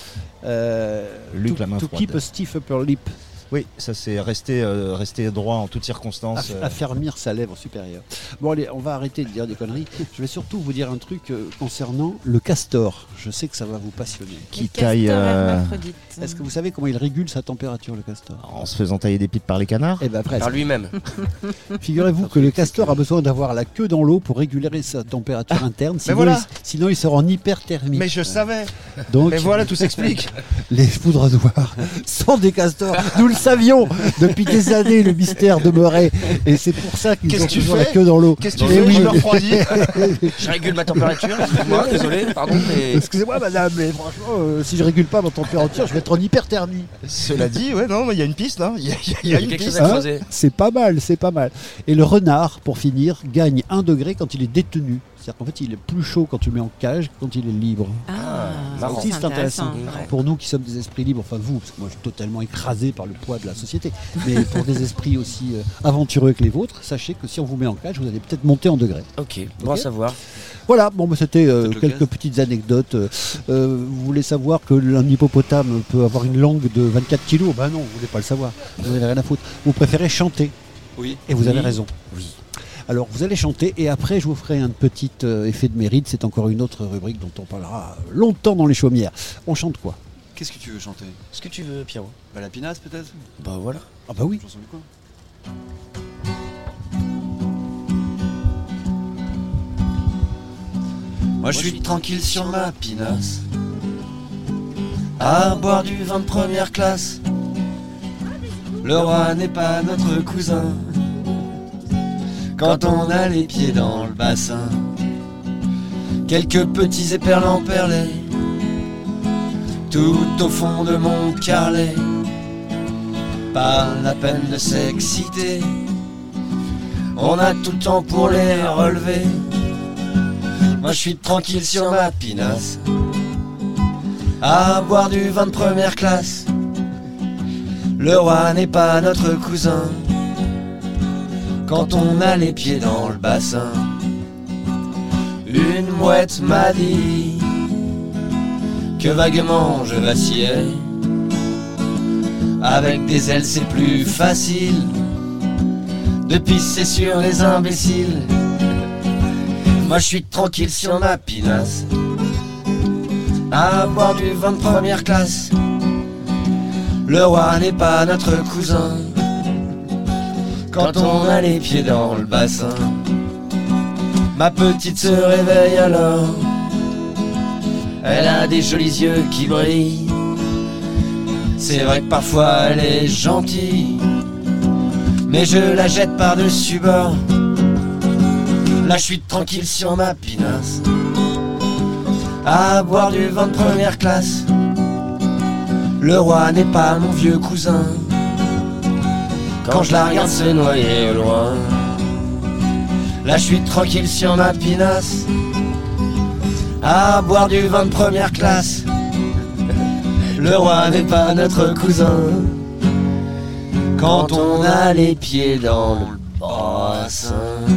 B: Euh,
D: Luc,
B: to
D: la main
B: to
D: froide.
B: keep a stiff upper lip,
D: Oui, ça c'est rester, euh, rester droit en toutes circonstances.
B: aff-
D: euh.
B: affermir sa lèvre supérieure. Bon allez, on va arrêter de dire des conneries. Je vais surtout vous dire un truc euh, concernant le castor. Je sais que ça va vous passionner.
D: Qui
C: Le
D: taille,
C: castor
D: euh,
C: hermaphrodite.
B: Est-ce que vous savez comment il régule sa température, le castor?
D: En se faisant tailler des pipes par les canards.
B: Eh ben presque.
H: Par lui-même.
B: Figurez-vous que le castor a besoin d'avoir la queue dans l'eau pour réguler sa température interne. Sinon,
D: voilà.
B: il, sinon il sera en hyperthermie.
D: Mais je savais.
B: Donc,
D: Mais voilà, tout s'explique.
B: les foudres noires sont des castors. Nous le savions depuis des années, le mystère demeurait. Et c'est pour ça qu'ils
D: Qu'est-ce
B: ont
D: que tu
B: toujours la
D: fais
B: queue dans l'eau.
D: Qu'est-ce que tu
B: Eh
D: fais
B: oui.
D: Je me refroidis.
H: Je régule ma température, excuse-moi, désolé, pardon, mais.
B: Excusez-moi madame, mais franchement, euh, si je régule pas ma température, je vais être en hyperthermie.
D: Cela dit, ouais, non, mais il y a une piste, hein. Il y a, il y a- il y a
H: Il y a
D: une
H: quelque
D: piste.
H: chose à
B: Hein
H: creuser.
B: C'est pas mal, c'est pas mal. Et le renard, pour finir, gagne un degré quand il est détenu. C'est-à-dire qu'en fait, il est plus chaud quand tu le mets en cage que quand il est libre.
C: Ah,
H: marrant.
B: Ça aussi, c'est intéressant.
H: Ouais.
B: Pour nous qui sommes des esprits libres, enfin vous, parce que moi je suis totalement écrasé par le poids de la société, mais pour des esprits aussi euh, aventureux que les vôtres, sachez que si on vous met en cage, vous allez peut-être monter en degré.
H: Ok, bon à
B: Ok.
H: savoir.
B: Voilà, bon, bah, c'était euh,
I: Peut-être
B: quelques
I: l'occasion.
B: petites anecdotes. Euh, euh, vous voulez savoir que un hippopotame peut avoir une langue de vingt-quatre kilos? Ben non, vous voulez pas le savoir. Vous n'avez rien à foutre. Vous préférez chanter.
I: Oui.
B: Et vous
H: Oui.
B: avez raison.
H: Oui.
B: Alors, vous allez chanter et après, je vous ferai un petit euh, effet de mérite. C'est encore une autre rubrique dont on parlera longtemps dans les chaumières. On chante quoi?
I: Qu'est-ce que tu veux chanter?
H: Ce que tu veux, Pierrot.
I: Bah, la pinasse peut-être?
H: Bah voilà.
B: Ah bah oui.
I: Chanson du coin.
G: Moi je suis tranquille sur ma pinasse, à boire du vin de première classe. Le roi n'est pas notre cousin quand on a les pieds dans le bassin. Quelques petits éperlants perlés tout au fond de mon carlet. Pas la peine de s'exciter, on a tout le temps pour les relever. Moi je suis tranquille sur ma pinasse, à boire du vin de première classe. Le roi n'est pas notre cousin quand on a les pieds dans le bassin. Une mouette m'a dit que vaguement je vacillais. Avec des ailes c'est plus facile de pisser sur les imbéciles. Moi je suis tranquille sur ma pinasse, à boire du vin de première classe. Le roi n'est pas notre cousin quand on a les pieds dans le bassin. Ma petite se réveille alors, elle a des jolis yeux qui brillent. C'est vrai que parfois elle est gentille, mais je la jette par-dessus bord. Là je suis tranquille sur ma pinasse, à boire du vin de première classe. Le roi n'est pas mon vieux cousin quand je la regarde se noyer au loin. Là je suis tranquille sur ma pinasse, à boire du vin de première classe. Le roi n'est pas notre cousin quand on a les pieds dans le bassin.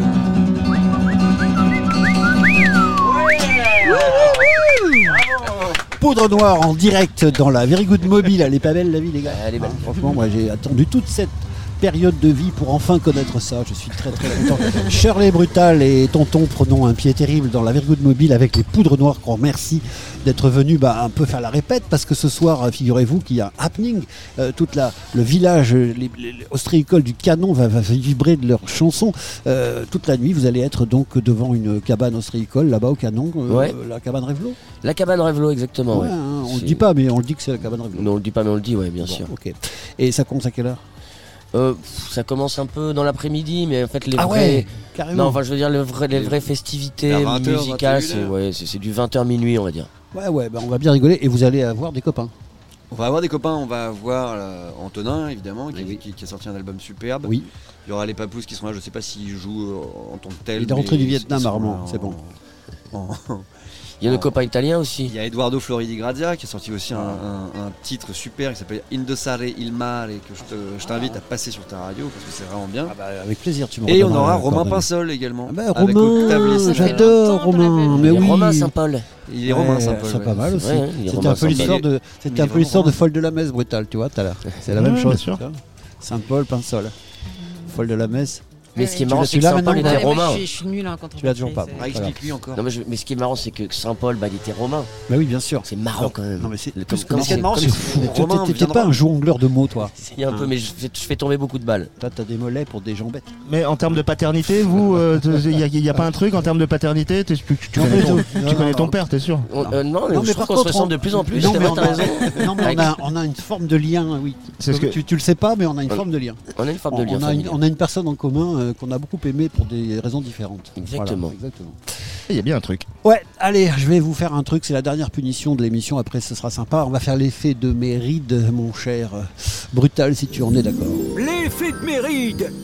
B: Poudre Noire en direct dans la Very Good Mobile. Elle est pas belle la vie, les gars.
H: Elle est belle.
B: Franchement, moi j'ai attendu toute cette période de vie pour enfin connaître ça. Je suis très très content. Shirley Brutal et Tonton prenons un pied terrible dans la Very Good Mobile avec les Poudres Noires. Grand merci d'être venu bah, un peu faire la répète parce que ce soir, figurez-vous qu'il y a un happening. Euh, toute la, le village, les, les, les ostréicoles du Canon va, va vibrer de leurs chansons. Euh, toute la nuit, vous allez être donc devant une cabane ostréicole là-bas au Canon, euh,
H: ouais.
B: La cabane Révelo.
H: La cabane Révelo, exactement.
B: Ouais,
H: ouais.
B: hein, on
H: C'est...
B: le dit pas, mais on le dit que c'est la cabane Révelo.
H: Non, on le dit pas, mais on le dit, ouais, bien
B: bon,
H: sûr.
B: Ok. Et ça commence à quelle heure?
H: Euh, ça commence un peu dans l'après-midi, mais en fait les
B: ah
H: vrais...
B: ouais, carrément.
H: Non, enfin je veux dire le vrai, les vraies festivités
I: vingt heures,
H: musicales,
I: vingt et une
H: c'est,
I: heures.
H: ouais, c'est, c'est du vingt heures minuit on va dire.
B: Ouais, ouais, bah on va bien rigoler et vous allez avoir des copains.
I: On va avoir des copains, on va avoir euh, Antonin évidemment qui,
B: oui.
I: qui, qui a sorti un album superbe.
B: Oui.
I: Il y aura les Papous qui sont là, je sais pas s'ils jouent euh, en tant que tel.
B: Il est rentré
I: mais
B: du Vietnam
I: ils sont
B: à Armand,
I: en-
B: c'est bon.
I: en-
H: Il y a le
I: Oh.
H: copain italien aussi.
I: Il y a Eduardo Floridi Grazia qui a sorti aussi un, un- un titre super qui s'appelle Indossare il mare et que je, te- je t'invite à passer sur ta radio parce que c'est vraiment bien.
B: Ah bah, avec plaisir, tu me
I: Et on
B: redonneras
I: aura
B: le
I: Romain
B: coordonnée.
I: Pinsol également.
B: Ah bah,
I: avec Octave
B: Romain,
I: Lestat.
B: j'adore Romain, mais
H: Il y a
B: oui.
H: Romain Saint-Paul.
I: Il est Romain
B: Ouais,
I: Saint-Paul.
B: c'est
I: ouais.
B: pas mal aussi.
H: Ouais, il est
B: C'était
H: Romain
B: un peu
H: Saint-Paul.
B: l'histoire de,
I: Mais
B: c'était
I: il
B: un
I: est
B: peu l'histoire de
I: vraiment
B: Folle de la Messe brutale, tu vois, tout à l'heure. C'est la même
D: Ouais,
B: chose.
D: bien sûr.
B: tu vois. Saint-Paul, Pinsol. Folle de la Messe.
H: Mais ce qui est
C: Ouais,
H: marrant,
B: tu
H: c'est que
B: l'as
H: Saint-Paul
B: maintenant,
H: était
C: Ouais, moi,
H: romain.
C: je, suis, je suis nulle hein, quand on
B: Tu l'as
C: fait,
B: toujours pas.
C: c'est-
I: Ah, explique-lui encore.
H: Non, mais, je- mais ce qui est marrant, c'est que Saint-Paul, bah, il était romain.
B: Bah oui, bien sûr.
H: C'est marrant quand même.
B: Non mais c'est
H: Le-
B: plus
H: comme-
B: que
I: ce qui est marrant,
H: comme
I: c'est
H: c'est
I: fou.
B: Mais toi,
I: Romain
B: t'étais
I: viendra.
B: pas un jongleur de mots, toi.
H: Il y a un peu, mais je fais, je fais tomber beaucoup de balles.
B: Toi, t'as des mollets pour des jambettes.
D: Mais en termes de paternité, vous, il n'y a, pas un truc en termes de paternité t'es- Tu, tu
B: Non,
D: connais
B: mais
D: ton,
B: non,
D: tu
B: non,
D: connais
B: non,
D: ton
B: non.
D: père, t'es sûr
H: On- euh, non,
B: Non,
H: je
B: mais
H: trouve
B: par
H: qu'on se
B: contre,
H: ressemble
B: on-
H: de plus en plus.
B: Non,
H: c'est
B: mais
H: vrai,
B: on
H: t'as
B: a-
H: raison.
B: Non, mais
H: Avec-
B: on a, on a une forme de lien, oui.
D: C'est ce que-
B: tu, tu le sais pas, mais on a une forme de lien.
H: On a une forme de
B: On,
H: lien
B: on a une,
H: familial.
B: on a une personne en commun euh, qu'on a beaucoup aimé pour des raisons différentes.
H: Exactement.
B: Voilà, exactement.
D: Il y a bien un truc.
B: Ouais, allez, je vais vous faire un truc, c'est la dernière punition de l'émission, après ce sera sympa. On va faire l'effet de mes rides, mon cher euh, Brutal, si tu en es d'accord.
E: L'effet de Méride.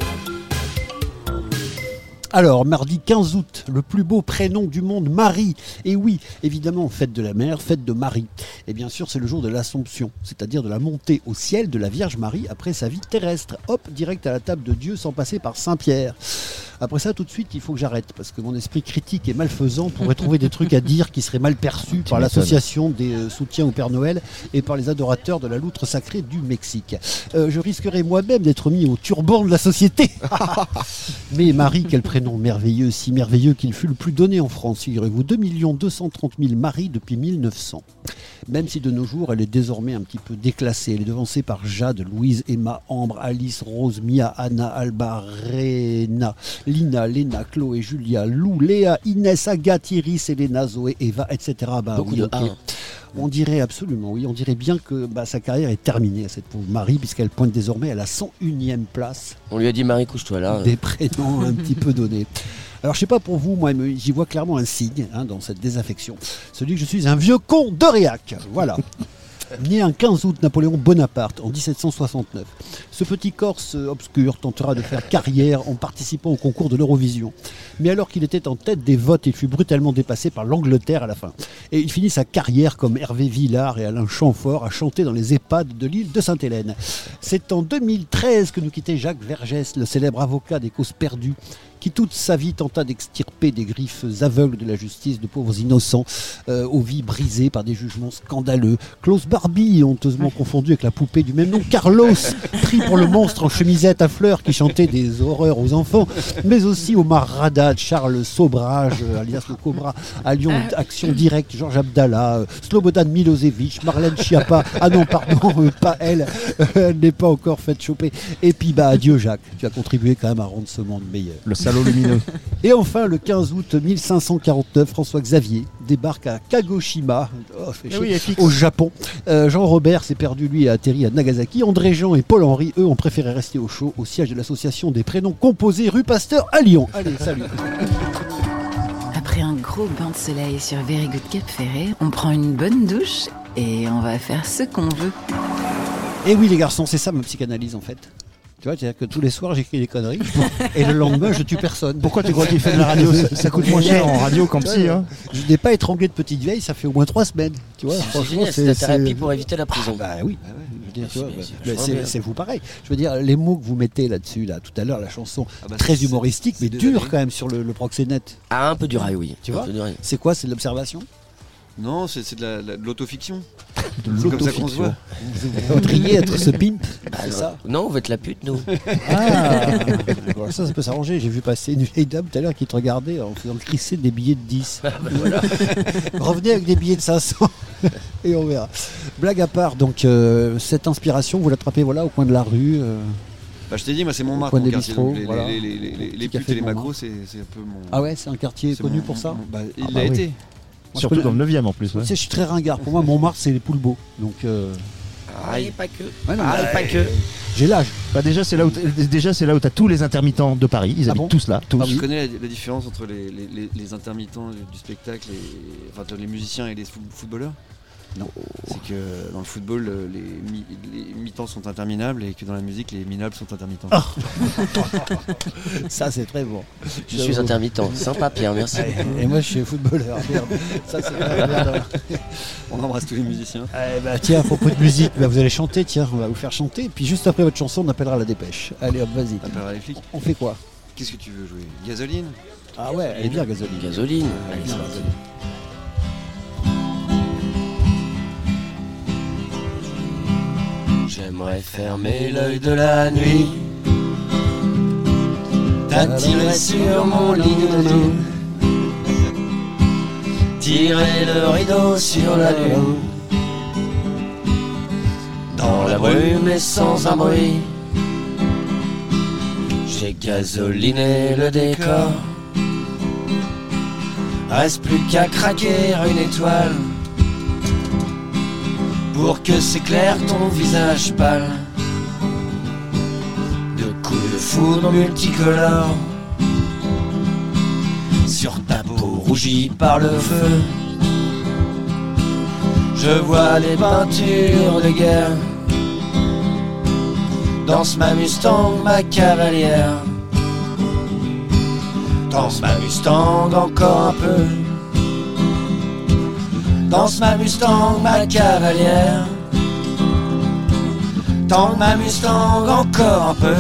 B: Alors, mardi quinze août, le plus beau prénom du monde, Marie. Et oui, évidemment, fête de la mère, fête de Marie. Et bien sûr, c'est le jour de l'Assomption, c'est-à-dire de la montée au ciel de la Vierge Marie après sa vie terrestre. Hop, direct à la table de Dieu sans passer par Saint-Pierre. Après ça, tout de suite, il faut que j'arrête, parce que mon esprit critique et malfaisant pourrait trouver des trucs à dire qui seraient mal perçus par l'association des euh, soutiens au Père Noël et par les adorateurs de la loutre sacrée du Mexique. Euh, je risquerais moi-même d'être mis au turban de la société. Mais Marie, quel prénom merveilleux, si merveilleux qu'il fut le plus donné en France, figurez-vous, deux millions deux cent trente mille Marie depuis mille neuf cents. Même si de nos jours, elle est désormais un petit peu déclassée. Elle est devancée par Jade, Louise, Emma, Ambre, Alice, Rose, Mia, Anna, Alba, Rena. Lina, Léna, Chloé, Julia, Lou, Léa, Inès, Agathe, Iris, Elena, Zoé, Eva, et cetera. Bah,
H: Beaucoup
B: oui,
H: de
B: ok.
H: A.
B: On dirait absolument, oui, on dirait bien que bah, sa carrière est terminée à cette pauvre Marie, puisqu'elle pointe désormais à la cent unième place.
H: On lui a dit Marie, couche-toi là.
B: Des prénoms un petit peu donnés. Alors je sais pas pour vous, moi mais j'y vois clairement un signe hein, dans cette désaffection. Celui que je suis un vieux con d'Aurillac. Voilà. Né un quinze août Napoléon Bonaparte en dix-sept cent soixante-neuf, ce petit Corse obscur tentera de faire carrière en participant au concours de l'Eurovision. Mais alors qu'il était en tête des votes, il fut brutalement dépassé par l'Angleterre à la fin. Et il finit sa carrière comme Hervé Villard et Alain Chamfort à chanter dans les EHPAD de l'île de Sainte-Hélène. C'est en deux mille treize que nous quittait Jacques Vergès, le célèbre avocat des causes perdues, qui toute sa vie tenta d'extirper des griffes aveugles de la justice de pauvres innocents euh, aux vies brisées par des jugements scandaleux. Klaus Barbie, honteusement confondu avec la poupée du même nom, Carlos, pris pour le monstre en chemisette à fleurs qui chantait des horreurs aux enfants, mais aussi Omar Haddad, Charles Sobrage, euh, alias le Cobra, à Lyon, Action Directe, Georges Abdallah, euh, Slobodan Milosevic, Marlène Schiappa, ah non pardon, euh, pas elle, euh, elle n'est pas encore faite choper. Et puis bah adieu Jacques, tu as contribué quand même à rendre ce monde meilleur.
D: Le salaud lumineux.
B: Et enfin, le quinze août mille cinq cent quarante-neuf, François Xavier débarque à Kagoshima, oh, fait chier,
D: oui,
B: au Japon. Euh, Jean-Robert s'est perdu, lui, et a atterri à Nagasaki. André-Jean et Paul-Henri, eux, ont préféré rester au chaud, au siège de l'association des prénoms composés rue Pasteur à Lyon. Allez, salut.
F: Après un gros bain de soleil sur Very Good Cap Ferret, on prend une bonne douche et on va faire ce qu'on veut.
B: Et oui, les garçons, c'est ça ma psychanalyse, en fait. Tu vois, c'est-à-dire que tous les soirs j'écris des conneries et le lendemain je tue personne.
D: Pourquoi tu crois qu'il fait de la radio? ça, ça coûte moins cher en radio qu'en psy. Hein.
B: Je n'ai pas étranglé de petite vieille, ça fait au moins trois semaines. Tu vois,
H: C'est génial, c'est la thérapie pour éviter la prison.
B: Bah oui, bah ouais, je veux dire, tu vois,
H: C'est-
B: bah,
H: c'est-
B: bah,
H: c'est
B: c'est,
H: bien.
B: c'est vous pareil. Je veux dire, les mots que vous mettez là-dessus, là, tout à l'heure, la chanson
I: Ah bah,
B: très
I: c'est-
B: humoristique,
I: c'est
B: mais
I: des
B: dure
I: années.
B: quand même sur le, le proxénète.
H: Ah, un peu du rail, oui.
B: Tu
H: Un
B: vois
H: peu du rail.
B: C'est quoi? C'est de l'observation?
I: Non, c'est c'est de, la- la- de l'autofiction.
D: De
I: C'est comme ça qu'on se voit.
B: Vous voudriez être ce pimp? C'est ça?
H: Non, on veut être la pute, nous.
B: Ah Voilà, ça, ça peut s'arranger. J'ai vu passer une vieille dame tout à l'heure qui te regardait en faisant crisser des billets de dix. Revenez avec des billets de cinq cents et on verra. Blague à part, donc euh, cette inspiration, vous l'attrapez voilà, au coin de la rue euh,
I: Bah, je t'ai dit, moi c'est Montmartre,
B: Coin
I: mon
B: des
I: quartier.
B: bistrots,
I: donc les,
B: voilà.
I: les, les, les, les, les
B: Petit
I: putes
B: café
I: et les
B: de
I: macros,
B: Montmartre.
I: c'est c'est un peu mon.
B: Ah ouais, c'est un quartier
I: c'est
B: connu
I: mon-
B: pour ça
I: mon- bah, Il
B: Ah
I: l'a
B: bah oui.
I: été.
B: Moi, je
D: Surtout
B: connais-
D: dans le neuvième en plus. Ouais.
B: Tu sais, je suis très ringard. Pour moi, Montmartre, c'est les Poulbeaux. Donc, euh,
H: Ah, et pas que.
B: ouais, non,
H: Ah,
B: mais
H: et pas que.
B: j'ai l'âge.
D: Bah déjà c'est là où t- déjà c'est là où t'as tous les intermittents de Paris. Ils
B: Ah
D: habitent
B: bon
D: tous là. Tous.
B: Ah
I: Tu
B: oui.
I: connais la, la différence entre les, les, les, les intermittents du spectacle, et, enfin les musiciens et les fo- footballeurs?
B: Non.
I: C'est que dans le football, euh, les, mi- les mi-temps sont interminables et que dans la musique, les minables sont intermittents.
B: Ah. Ça, c'est très bon.
H: Je suis intermittent. Sympa, Pierre, merci.
B: Et moi, je suis footballeur. Merde. Ça, c'est vrai, merde.
I: On embrasse tous les musiciens.
B: Eh bah, tiens, à propos de musique, bah, vous allez chanter, tiens, on va vous faire chanter. Et puis juste après votre chanson, on appellera la dépêche. Allez hop, vas-y.
I: Appellera les flics.
B: On fait quoi?
I: Qu'est-ce que tu veux jouer? Gasoline?
B: Ah ouais, elle est bien, Gasoline.
H: Gasoline.
B: Elle est
H: Allez,
B: bien,
H: c'est parti.
B: Gasoline.
H: J'aimerais fermer l'œil de la nuit, t'attirer sur mon lit de nuit, tirer le rideau sur la lune, dans la brume et sans un bruit. J'ai gasoliné le décor, reste plus qu'à craquer une étoile pour que s'éclaire ton visage pâle de coups de foudre multicolores sur ta peau rougie par le feu. Je vois des peintures de guerre, danse ma Mustang, ma cavalière, danse ma Mustang encore un peu. Danse ma Mustang, ma cavalière, tangue ma Mustang encore un peu.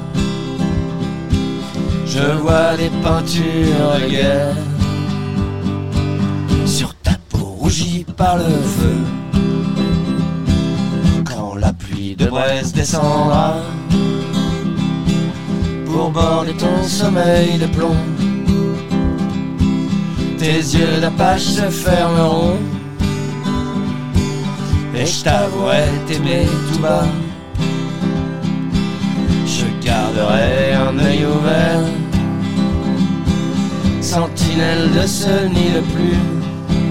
H: Je vois des peintures de guerre sur ta peau rougie par le feu. Quand la pluie de Brest descendra pour border ton sommeil de plomb, tes yeux d'apache se fermeront et je t'avouerai t'aimer tout bas. Je garderai un œil ouvert sentinelle de ce nid de plume.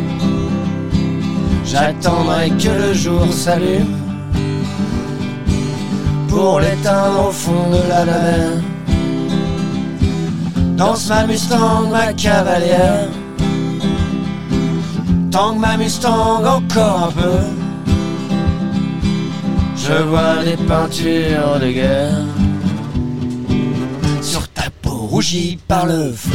H: J'attendrai que le jour s'allume pour l'éteindre au fond de la mer. Danse ma Mustang, ma cavalière. Tangue ma Mustang encore un peu. Je vois des peintures de guerre sur ta peau rougie par le feu.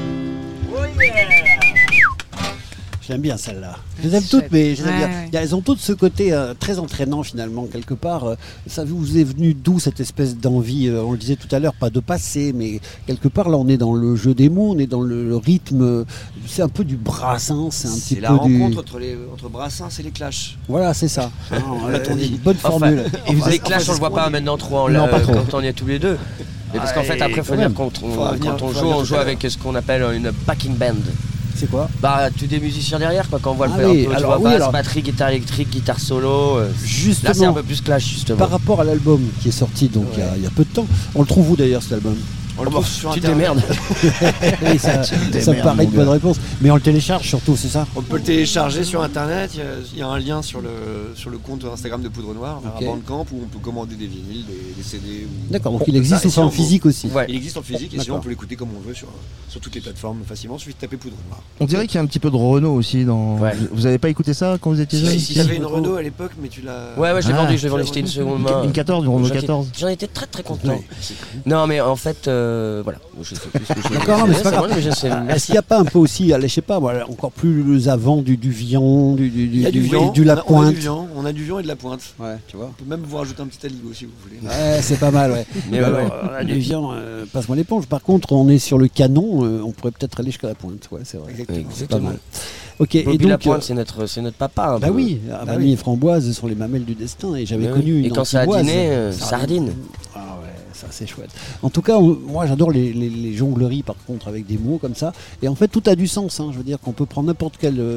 B: J'aime bien celle-là. Je les aime toutes, mais je les aime
C: Ouais,
B: bien.
C: ouais.
B: Elles ont toutes ce côté euh, très entraînant finalement, quelque part. Euh, ça vous est venu d'où cette espèce d'envie, euh, on le disait tout à l'heure, pas de passer, mais quelque part là on est dans le jeu des mots, on est dans le, le rythme, euh, c'est un peu du brassin, c'est un petit
I: C'est
B: peu
I: la
B: du...
I: rencontre entre, les, entre Brassens et les Clash.
B: Voilà, c'est ça. Hein,
I: On a tout dit.
B: Bonne
H: Enfin,
B: formule.
H: Et
B: vous
H: les
B: êtes-
H: clashs,
B: enfin,
H: on le voit
B: c'est
H: pas
B: ce qu'on
H: maintenant trop, en
B: Non,
H: la-
B: pas trop.
H: quand on y est tous les deux. Mais parce qu'en
B: Ah,
H: fait,
B: et
H: après, il faut
B: quand
H: dire
B: même.
H: quand on,
I: Faudra
H: quand
I: venir-
H: on
I: faudra
H: joue,
I: venir
H: on
I: tout
H: joue
I: à
H: avec ce qu'on appelle une backing band.
B: C'est quoi?
H: Bah, tous des musiciens derrière, quoi. Quand on voit
B: Ah
H: le
B: oui,
H: un peu, tu
B: alors
H: vois,
B: oui,
H: basse,
B: alors-
H: batterie, guitare électrique, guitare solo. euh,
B: Justement,
H: Là, c'est un peu plus clash, justement.
B: par rapport à l'album qui est sorti donc il y a- il y, a peu de temps, on le trouve où d'ailleurs cet album?
I: On le trouve sur
H: Tu te
I: Internet.
H: démerdes.
B: Oui, ça,
D: Tu te
B: ça me
D: démerdes,
B: paraît
D: mon
B: une bonne
D: gars.
B: réponse. Mais on le télécharge surtout, c'est ça?
I: On peut le télécharger sur internet, il y a- il y, a un lien sur le, sur le compte Instagram de Poudre Noire, vers
B: Ok.
I: un Bandcamp où on peut commander des vinyles, des, des C D. Ou...
B: D'accord, donc il existe
I: Ça, et
B: sous forme
I: sinon,
B: physique aussi.
H: Ouais.
I: Il existe en physique et sinon
B: D'accord.
I: on peut l'écouter comme on veut sur, sur toutes les plateformes facilement, il suffit de taper Poudre Noire.
D: On dirait qu'il y a un petit peu de Renault aussi dans.
H: Ouais.
D: Vous avez pas écouté ça quand vous étiez jeune?
I: Si,
B: si,
I: si, t'avais
B: si.
I: une Renault à l'époque, mais tu l'as.
H: Ouais, ouais, je l'ai
D: Ah.
H: vendu, je l'ai vendu, c'était une seconde main.
D: Une quatorze, une Renault
H: J'en étais-
D: quatorze.
H: J'en étais très très content.
B: Ouais.
H: Non, mais en fait, euh, voilà. Je sais plus ce que j'ai-
B: D'accord, non, mais c'est pas
H: moi,
B: grave.
H: mais je sais-
B: Est-ce
H: merci.
B: qu'il n'y a pas un peu aussi, allez, je sais pas, voilà, encore plus avant du, du Vian, du, du,
I: Il y a du
B: du,
I: viand,
B: du
I: on a-
B: La
I: on a
B: Pointe?
I: du viand, on a du viand et de la pointe.
B: Ouais, tu vois.
I: On peut même vous rajouter un petit aligot si vous voulez.
B: Ouais, c'est pas mal, ouais.
H: Mais
B: Bah
H: ouais,
B: alors,
H: ouais.
B: on a du Vian, euh, passe-moi l'éponge. Par contre, on est sur le canon, euh, on pourrait peut-être aller jusqu'à La Pointe. Ouais, c'est vrai.
I: Exactement.
B: C'est pas
H: Exactement.
B: mal. Ok, et
H: Bobby
B: donc.
H: Lapointe,
B: euh,
H: c'est notre, c'est notre papa. Un
B: bah
H: peu.
B: oui, ah, vanille
I: oui.
B: et framboise sont les mamelles du destin. Et j'avais
H: Mais
B: connu
H: oui.
B: une
H: Et quand c'est à
B: antiboise,
H: dîner, euh, sardine.
B: Ah ouais, ça c'est chouette. En tout cas, on- moi j'adore les, les- les jongleries par contre avec des mots comme ça. Et en fait, tout a du sens. Hein. Je veux dire qu'on peut prendre n'importe quelle euh,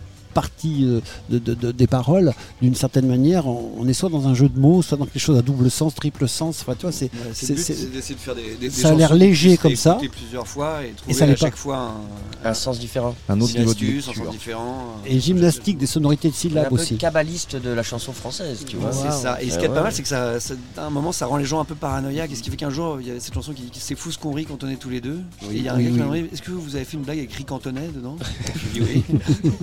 B: partie euh, de, de- de- des paroles d'une certaine manière. On, on est soit dans un jeu de mots, soit dans quelque chose à double sens, triple sens. Enfin, tu vois, c'est.
I: Ouais,
B: c'est-
I: c'est le but,
B: c'est-
I: c'est d'essayer de faire des, des, des
B: ça a l'air
I: chansons
B: léger
I: qu'on puisse
B: comme ça.
I: réécouter plusieurs fois et trouver
B: ça
I: à
B: l'est
I: chaque
B: pas.
I: fois un,
H: Un sens différent.
D: Un autre
I: une
D: niveau de
I: astuce, un
D: lecture.
I: sens différent.
B: Et gymnastique des sonorités de
H: On est un
B: syllabes
H: peu
B: aussi.
H: kabbaliste de la chanson française, tu vois.
I: C'est ça. Et ce
H: Ouais,
I: qui est
H: ouais.
I: pas mal, c'est que ça, ça- à un moment, ça rend les gens un peu paranoïaques. Et ce qui fait qu'un jour, il y a cette chanson qui dit c'est fou ce qu'on rit quand on est tous les deux.
B: Oui,
I: et il y a un
B: oui,
I: gars qui m'a
B: oui.
I: demandé est-ce que vous avez fait une blague avec Rick Antonet dedans? Je dis oui.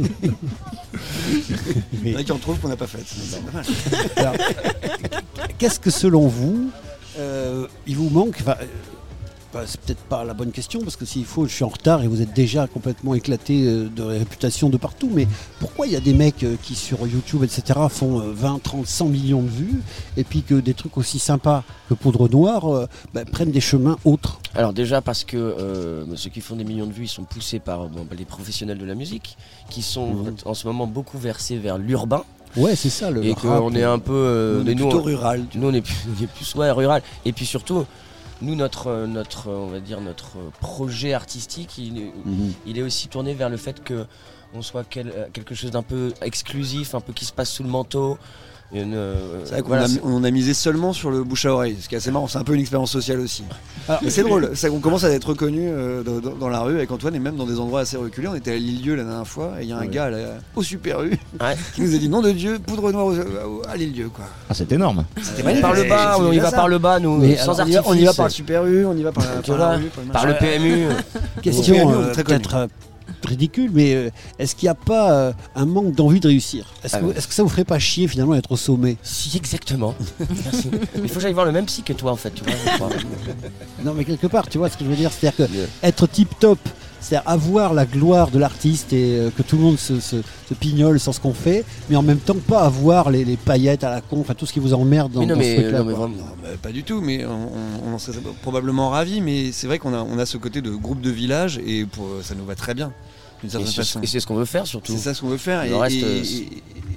I: Il y en a qui en trouvent qu'on n'a pas fait. C'est pas mal.
B: Alors, qu'est-ce que selon vous, euh, il vous manque enfin, euh, bah, c'est peut-être pas la bonne question, parce que s'il faut, je suis en retard et vous êtes déjà complètement éclaté euh, de réputation de partout, mais pourquoi il y a des mecs euh, qui sur YouTube, et cetera, font euh, vingt, trente, cent millions de vues, et puis que des trucs aussi sympas que Poudre Noire euh, bah, prennent des chemins autres?
H: Alors déjà parce que euh, ceux qui font des millions de vues, ils sont poussés par bon, bah, les professionnels de la musique, qui sont
B: Mhm.
H: en ce moment beaucoup versés vers l'urbain,
B: Ouais, c'est ça, le
H: et
B: rap,
H: qu'on est un peu... euh,
I: On
H: mais
I: est
H: nous,
I: plutôt
H: on-
I: rural.
H: Nous on est plus, on est plus ouais, rural. Et puis surtout, nous notre euh, notre euh, on va dire notre euh, projet artistique, il, est-
B: Mhm.
H: il est aussi tourné vers le fait que on soit quel- euh, quelque chose d'un peu exclusif, un peu qui se passe sous le manteau. Une, euh,
I: C'est vrai qu'on
H: voilà,
I: a,
H: c'est-
I: on a misé seulement sur le bouche à oreille, ce qui est assez marrant, c'est un peu une expérience sociale aussi.
B: Alors,
I: Mais c'est drôle, c'est qu'on commence à être reconnu euh, dans, dans- dans la rue avec Antoine et même dans des endroits assez reculés. On était à l'île-dieu la dernière fois et il y a un
B: Ouais.
I: gars là, au Super U
H: Ouais.
I: qui nous a dit nom de Dieu, Poudre Noire au- au- à l'île-dieu quoi.
D: Ah, c'est énorme.
I: C'était
H: on par le bas, on y va par le bas, nous,
B: Mais
H: sans
B: alors,
I: on, y va,
H: artifice.
I: on y va par le Super U, on y va par, la-
H: Tu
I: par la
H: vois,
I: rue, par le
H: par
I: machin.
H: le P M U.
B: Question
I: Au P M U, on
B: euh,
I: est très connu.
B: peut-être euh, ridicule, mais euh, est-ce qu'il n'y a pas euh, un manque d'envie de réussir? Est-ce
H: Ah
B: que,
H: oui.
B: est-ce que ça vous ferait pas chier finalement d'être au sommet?
H: Si, exactement. Merci. Il faut que j'aille voir le même psy que toi, en fait. Tu vois, je crois.
B: Non, mais quelque part, tu vois ce que je veux dire, c'est-à-dire que
H: Yeah.
B: être tip top, c'est-à-dire avoir la gloire de l'artiste et euh, que tout le monde se, se, se pignole sur ce qu'on fait, mais en même temps pas avoir les, les paillettes à la con, enfin tout ce qui vous emmerde dans,
H: Mais non,
B: dans
H: mais-
B: ce truc-là.
H: non, mais
B: quoi.
H: vraiment.
I: Non, bah, pas du tout, mais on, on- on en serait probablement ravis, mais c'est vrai qu'on a, on a ce côté de groupe de village et pour, ça nous va très bien, d'une
H: Et
I: certaine
H: c'est
I: façon.
H: et c'est ce qu'on veut faire, surtout.
I: C'est ça ce qu'on veut faire.
H: Le
I: et,
H: reste,
I: et-
H: euh,
I: et- et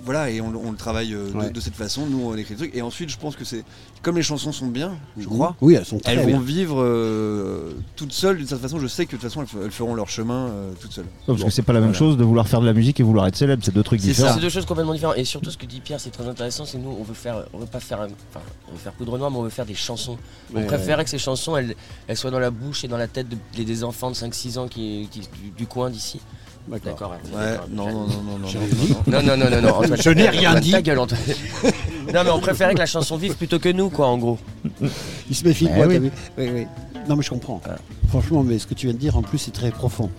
I: voilà, et on, on le travaille euh,
B: Ouais.
I: de, de cette façon. Nous, on écrit le truc. Et ensuite, je pense que c'est comme les chansons sont bien, je
B: Mhm.
I: crois.
B: Oui, elles sont très
I: Elles
B: bien.
I: vont vivre euh, toutes seules d'une certaine façon. Je sais que de toute façon, elles, f- elles feront leur chemin euh, toutes seules.
D: Non, parce
I: Bon,
D: que c'est pas la même
I: voilà.
D: chose de vouloir faire de la musique et vouloir être célèbre, c'est deux trucs
I: C'est
D: différents.
H: C'est deux choses complètement différentes. Et surtout, ce que dit Pierre, c'est très intéressant. C'est nous, on veut faire, on veut pas faire, enfin, on veut faire Poudre Noire, mais on veut faire des chansons. On
B: Ouais,
H: préférait que ces chansons, elles, elles soient dans la bouche et dans la tête de- des, des enfants de cinq six ans qui, qui- du, du coin d'ici.
B: D'accord.
H: D'accord. vous êtes
I: Ouais,
H: d'accord,
I: non,
H: Michel.
I: non, non, non, non,
B: J'ai
I: non,
B: rien dit.
I: non, non.
H: Non, non, non, non, non, Antoine.
B: Je n'ai rien
H: Antoine,
B: dit.
H: Ta gueule, Antoine. Non, mais on préférait que la chanson vive plutôt que nous, quoi, en gros.
B: Il se méfie de
D: Bah
B: moi,
D: oui.
B: t'as vu. Oui, oui. Non, mais je comprends.
H: Ah.
B: Franchement, mais ce que tu viens de dire, en plus, c'est très profond.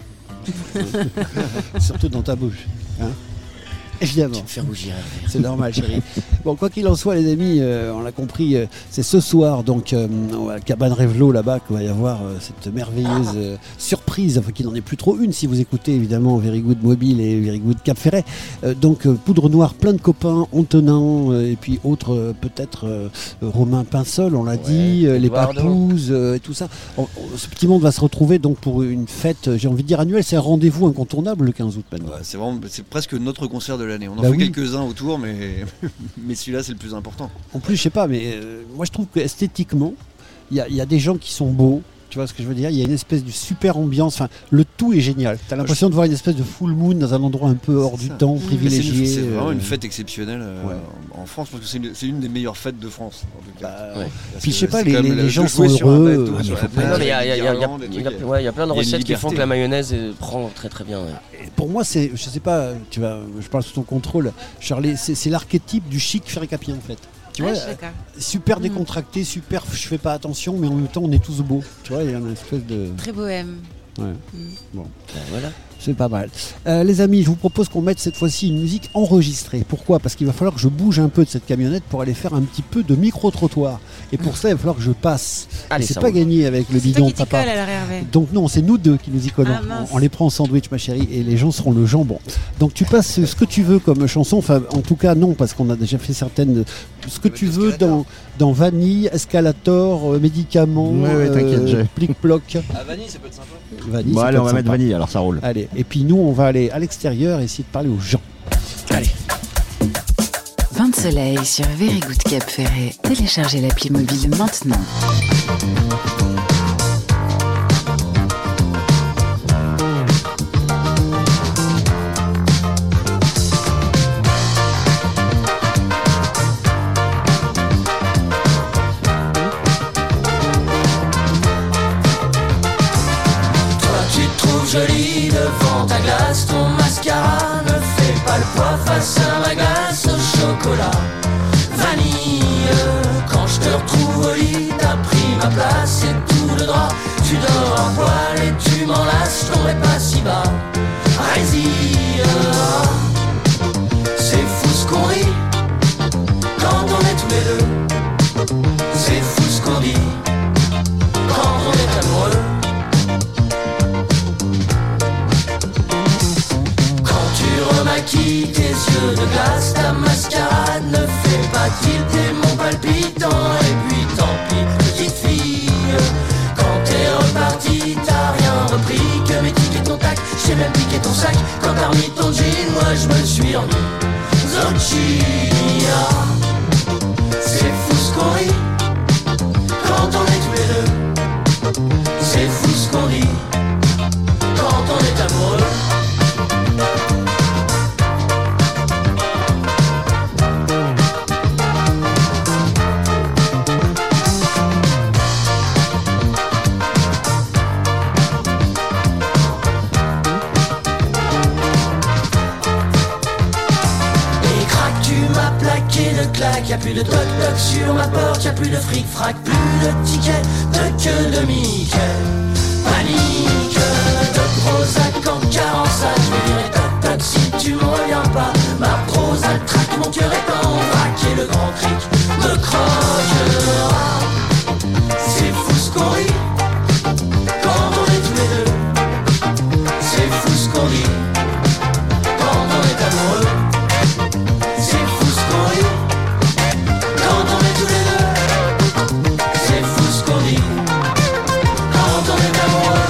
B: Surtout dans ta bouche. Hein. Évidemment.
H: Tu me fais rougir.
B: C'est normal, chérie. Bon, quoi qu'il en soit, les amis, euh, on l'a compris, euh, c'est ce soir, donc, euh, à Cabane Révelo, là-bas, qu'il va y avoir euh, cette merveilleuse euh, surprise, enfin, qu'il n'en est plus trop une, si vous écoutez, évidemment, Very Good Mobile et Very Good Cap Ferret. Euh, donc, euh, Poudre Noire, plein de copains, Antonin, euh, et puis autres, euh, peut-être, euh, Romain Pinsol, on l'a
H: Ouais,
B: dit, euh, les
H: Eduardo.
B: Papous, euh, et tout ça. On- on- ce petit monde va se retrouver, donc, pour une fête, euh, j'ai envie de dire annuelle, c'est un rendez-vous incontournable, le quinze août, maintenant.
I: Ouais, c'est vraiment, c'est presque notre concert de l'année. On en
B: Bah
I: fait
B: oui.
I: quelques-uns autour, mais, mais celui-là, c'est le plus important.
B: En plus, je sais pas, mais euh, moi je trouve que esthétiquement, il y, a- il y a des gens qui sont beaux. Tu vois ce que je veux dire? Il y a une espèce de super ambiance. Enfin, le tout est génial. T'as l'impression de voir une espèce de full moon dans un endroit un peu hors
I: C'est
B: du
I: ça.
B: temps,
I: Mais c'est,
B: privilégié.
I: une, c'est vraiment
B: euh,
I: une fête exceptionnelle euh,
B: ouais.
I: en France, parce que c'est une, c'est une des meilleures fêtes de France. En tout cas.
B: bah,
H: Ouais.
I: Parce
B: puis
I: que
B: je sais pas,
I: c'est
B: les-
I: quand même
B: les-
I: la-
B: les gens
I: de
B: sont
I: jouer sur un
B: heureux.
I: bateau,
B: Ah,
I: sur
B: mais
I: la
B: faut pas-
I: plage,
H: Non, mais il y a, il y a- il y a-
I: avec des guirlandes, des
H: il y a-
I: trucs,
H: ouais, il y a plein de
I: il y a une
H: recettes qui font
I: liberté.
H: que la mayonnaise euh, prend très très bien. ouais.
B: Et pour moi, c'est, je sais pas, tu vas, je parle sous ton contrôle, Charlie, c'est, c'est l'archétype du chic ferré-capien en fait. Tu
C: Ouais,
B: vois,
C: je suis d'accord.
B: super
C: Mm.
B: décontracté, super, je fais pas attention, mais en même temps, on est tous beaux. Tu vois, il y a une espèce de.
C: Très bohème.
B: Ouais.
C: Mm.
B: Bon.
H: Ben, voilà.
B: C'est pas mal. Euh, les amis, je vous propose qu'on mette cette fois-ci une musique enregistrée. Pourquoi? Parce qu'il va falloir que je bouge un peu de cette camionnette pour aller faire un petit peu de micro-trottoir. Et pour ça, il va falloir que je passe.
H: Allez,
B: Et c'est
H: ça
B: pas
H: roule.
B: gagné avec le
C: C'est toi
B: bidon,
C: qui t'y
B: papa.
C: colle alors, Hervé.
B: Donc non, c'est nous deux qui nous y collons.
C: Ah, mince.
B: on, on les prend en sandwich, ma chérie, et les gens seront le jambon. Donc tu passes ce que tu veux comme chanson. Enfin, en tout cas, non, parce qu'on a déjà fait certaines. Ce que
I: Mettre
B: tu veux
I: Escalator.
B: dans, dans vanille, escalator, euh, médicaments,
D: Ouais, ouais, t'inquiète, j'ai.
B: plic-ploc.
I: Ah, vanille, ça peut être sympa.
B: Vanille,
D: Bon,
B: ça
D: allez,
B: peut
D: on va
B: être
D: mettre
B: sympa.
D: vanille, alors ça roule.
B: Allez, et puis nous, on va aller à l'extérieur et essayer de parler aux gens. Allez.
F: Bain de soleil sur Very Good Cap Ferret. Téléchargez l'appli mobile maintenant.
E: Toi tu te trouves jolie devant ta glace. Ton mascara ne fait pas le poids face à ma glace au chocolat. Vanille, quand je te retrouve au lit, t'as pris ma place et tout le drap. Tu dors en poil et tu m'enlaces, je tomberai pas si bas. Résille, c'est fou ce qu'on rit quand on est tous les deux. C'est fou ce qu'on dit quand on est amoureux. Quand tu remaquilles tes yeux de glace, ta mascarade ne fait pas tilter mon palpitant. Et puis tant pis, petite fille, quand t'es reparti, t'as rien repris que mes tickets, ton tac. J'ai même piqué ton sac quand t'as remis ton jean. Moi je me suis remis Zochia. C'est fou ce qu'on rit quand on est tous les deux. C'est fou ce qu'on dit quand on est amoureux. Et crac, tu m'as plaqué de claques. Y'a plus de toc-toc sur ma porte. Y'a plus de fric-frac, plus de tickets, de queue de Mickey. Panique, de Prozac en carençage. Je vais virer toc-toc si tu me reviens pas. Ma Prozac traque, mon cœur est en vrac. Et le grand cric me croque. C'est fou ce qu'on rit quand on est tous les deux. C'est fou ce qu'on dit quand on est amoureux. C'est fou ce qu'on rit quand on est tous les deux. C'est fou ce qu'on dit quand on est amoureux.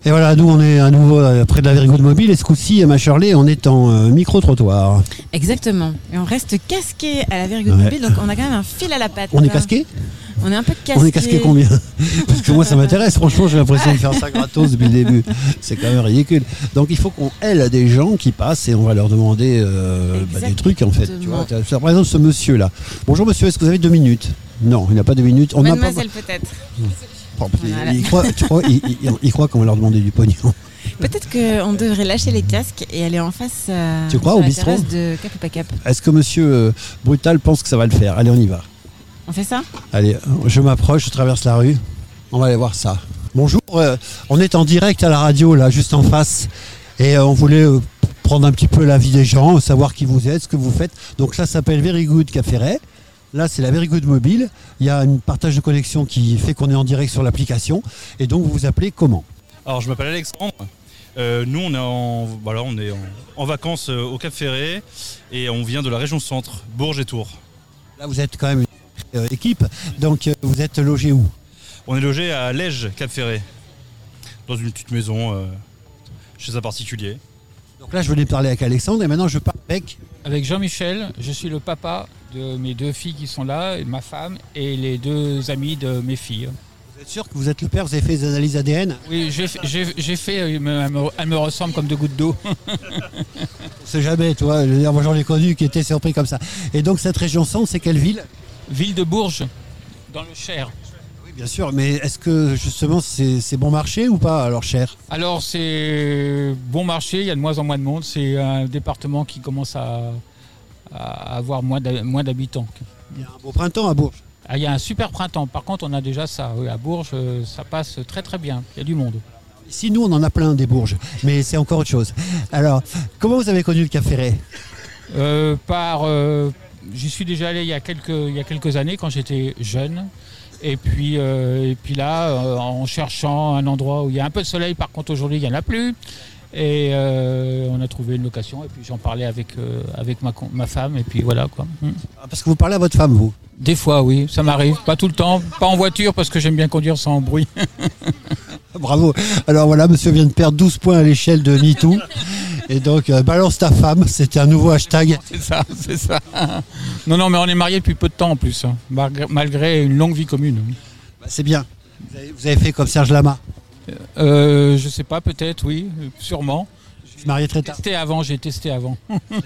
B: Et voilà, nous on est à nouveau euh, près de la Very Good Mobile et ce coup-ci, ma Shirley, on est en euh, micro-trottoir.
C: Exactement. Et on reste casqué à la Very Good
B: Ouais.
C: Mobile, donc on a quand même un fil à la patte.
B: On est
C: là.
B: casqué
C: On est un peu casqué.
B: On est casqué combien? Parce que moi ça m'intéresse, franchement j'ai l'impression de faire ça gratos depuis le début. C'est quand même ridicule. Donc il faut qu'on aile des gens qui passent et on va leur demander euh, bah, des trucs en fait. Tu vois, t'as- par exemple ce monsieur là. Bonjour monsieur, est-ce que vous avez deux minutes? Non, il n'a pas deux minutes. On n'a pas...
C: Mademoiselle peut-être.
B: Oh, il,
C: Voilà.
B: il croit, tu crois, il, il- il croit qu'on va leur demander du pognon.
C: Peut-être qu'on devrait lâcher les casques et aller en face euh,
B: Tu crois,
C: sur
B: au
C: la
B: bistrot
C: terrasse de Cap ou pas Cap.
B: Est-ce que monsieur euh, Brutal pense que ça va le faire? Allez, on y va.
C: On fait ça?
B: Allez, je m'approche, je traverse la rue. On va aller voir ça. Bonjour, euh, on est en direct à la radio, là, juste en face. Et euh, on voulait euh, prendre un petit peu l'avis des gens, savoir qui vous êtes, ce que vous faites. Donc ça s'appelle Very Good Café Ray. Là, c'est la Very Good Mobile. Il y a un partage de connexion qui fait qu'on est en direct sur l'application. Et donc, vous vous appelez comment?
J: Alors, je m'appelle Alexandre. Euh, nous, on est, en, voilà, on est en, en vacances euh, au Cap Ferret et on vient de la région centre, Bourges et Tours.
B: Là, vous êtes quand même une euh, équipe. Donc, euh, vous êtes logé où?
J: On est logé à Lège, Cap Ferret, dans une petite maison euh, chez un particulier.
B: Donc là, je venais parler avec Alexandre et maintenant, je parle avec...
K: Avec Jean-Michel, je suis le papa de mes deux filles qui sont là, et ma femme et les deux amis de mes filles.
B: Vous êtes sûr que vous êtes le père? Vous avez fait des analyses A D N?
K: Oui, j'ai fait, j'ai, j'ai fait elle, me, elle me- elle me ressemble comme deux gouttes d'eau.
B: On sait jamais, toi. Je veux dire, moi, j'en ai connu qui étaient surpris comme ça. Et donc, cette région centre, c'est quelle ville?
K: Ville de Bourges, dans le Cher.
B: Oui, bien sûr. Mais est-ce que, justement, c'est c'est bon marché ou pas, alors, cher?
K: Alors c'est bon marché, il y a de moins en moins de monde. C'est un département qui commence à, à avoir moins d'ha- moins d'habitants.
B: Il y a un beau printemps à Bourges.
K: Ah, il y a un super printemps. Par contre, on a déjà ça. Oui, à Bourges, euh, ça passe très très bien. Il y a du monde.
B: Ici, nous, on en a plein des Bourges. Mais c'est encore autre chose. Alors, comment vous avez connu le Café Ray?
K: Euh, par, euh, j'y suis déjà allé il y a quelques, il y a quelques années quand j'étais jeune. Et puis, euh, et puis là, euh, en cherchant un endroit où il y a un peu de soleil, par contre aujourd'hui il n'y en a plus. Et euh, on a trouvé une location et puis j'en parlais avec, euh, avec ma, con- ma femme et puis voilà quoi. Mm.
B: Ah, parce que vous parlez à votre femme, vous?
K: Des fois oui, ça m'arrive. Pas tout le temps, pas en voiture parce que j'aime bien conduire sans bruit.
B: Bravo. Alors voilà, monsieur vient de perdre douze points à l'échelle de MeToo. Et donc, euh, balance ta femme, c'était un nouveau hashtag.
K: C'est ça, c'est ça. Non, non, mais on est mariés depuis peu de temps en plus, hein, malgré, malgré une longue vie commune.
B: Bah, c'est bien. Vous avez, vous avez fait comme Serge Lama.
K: Euh, je sais pas, peut-être, oui, sûrement.
B: Je suis marié très tard.
K: Testé avant, j'ai testé avant.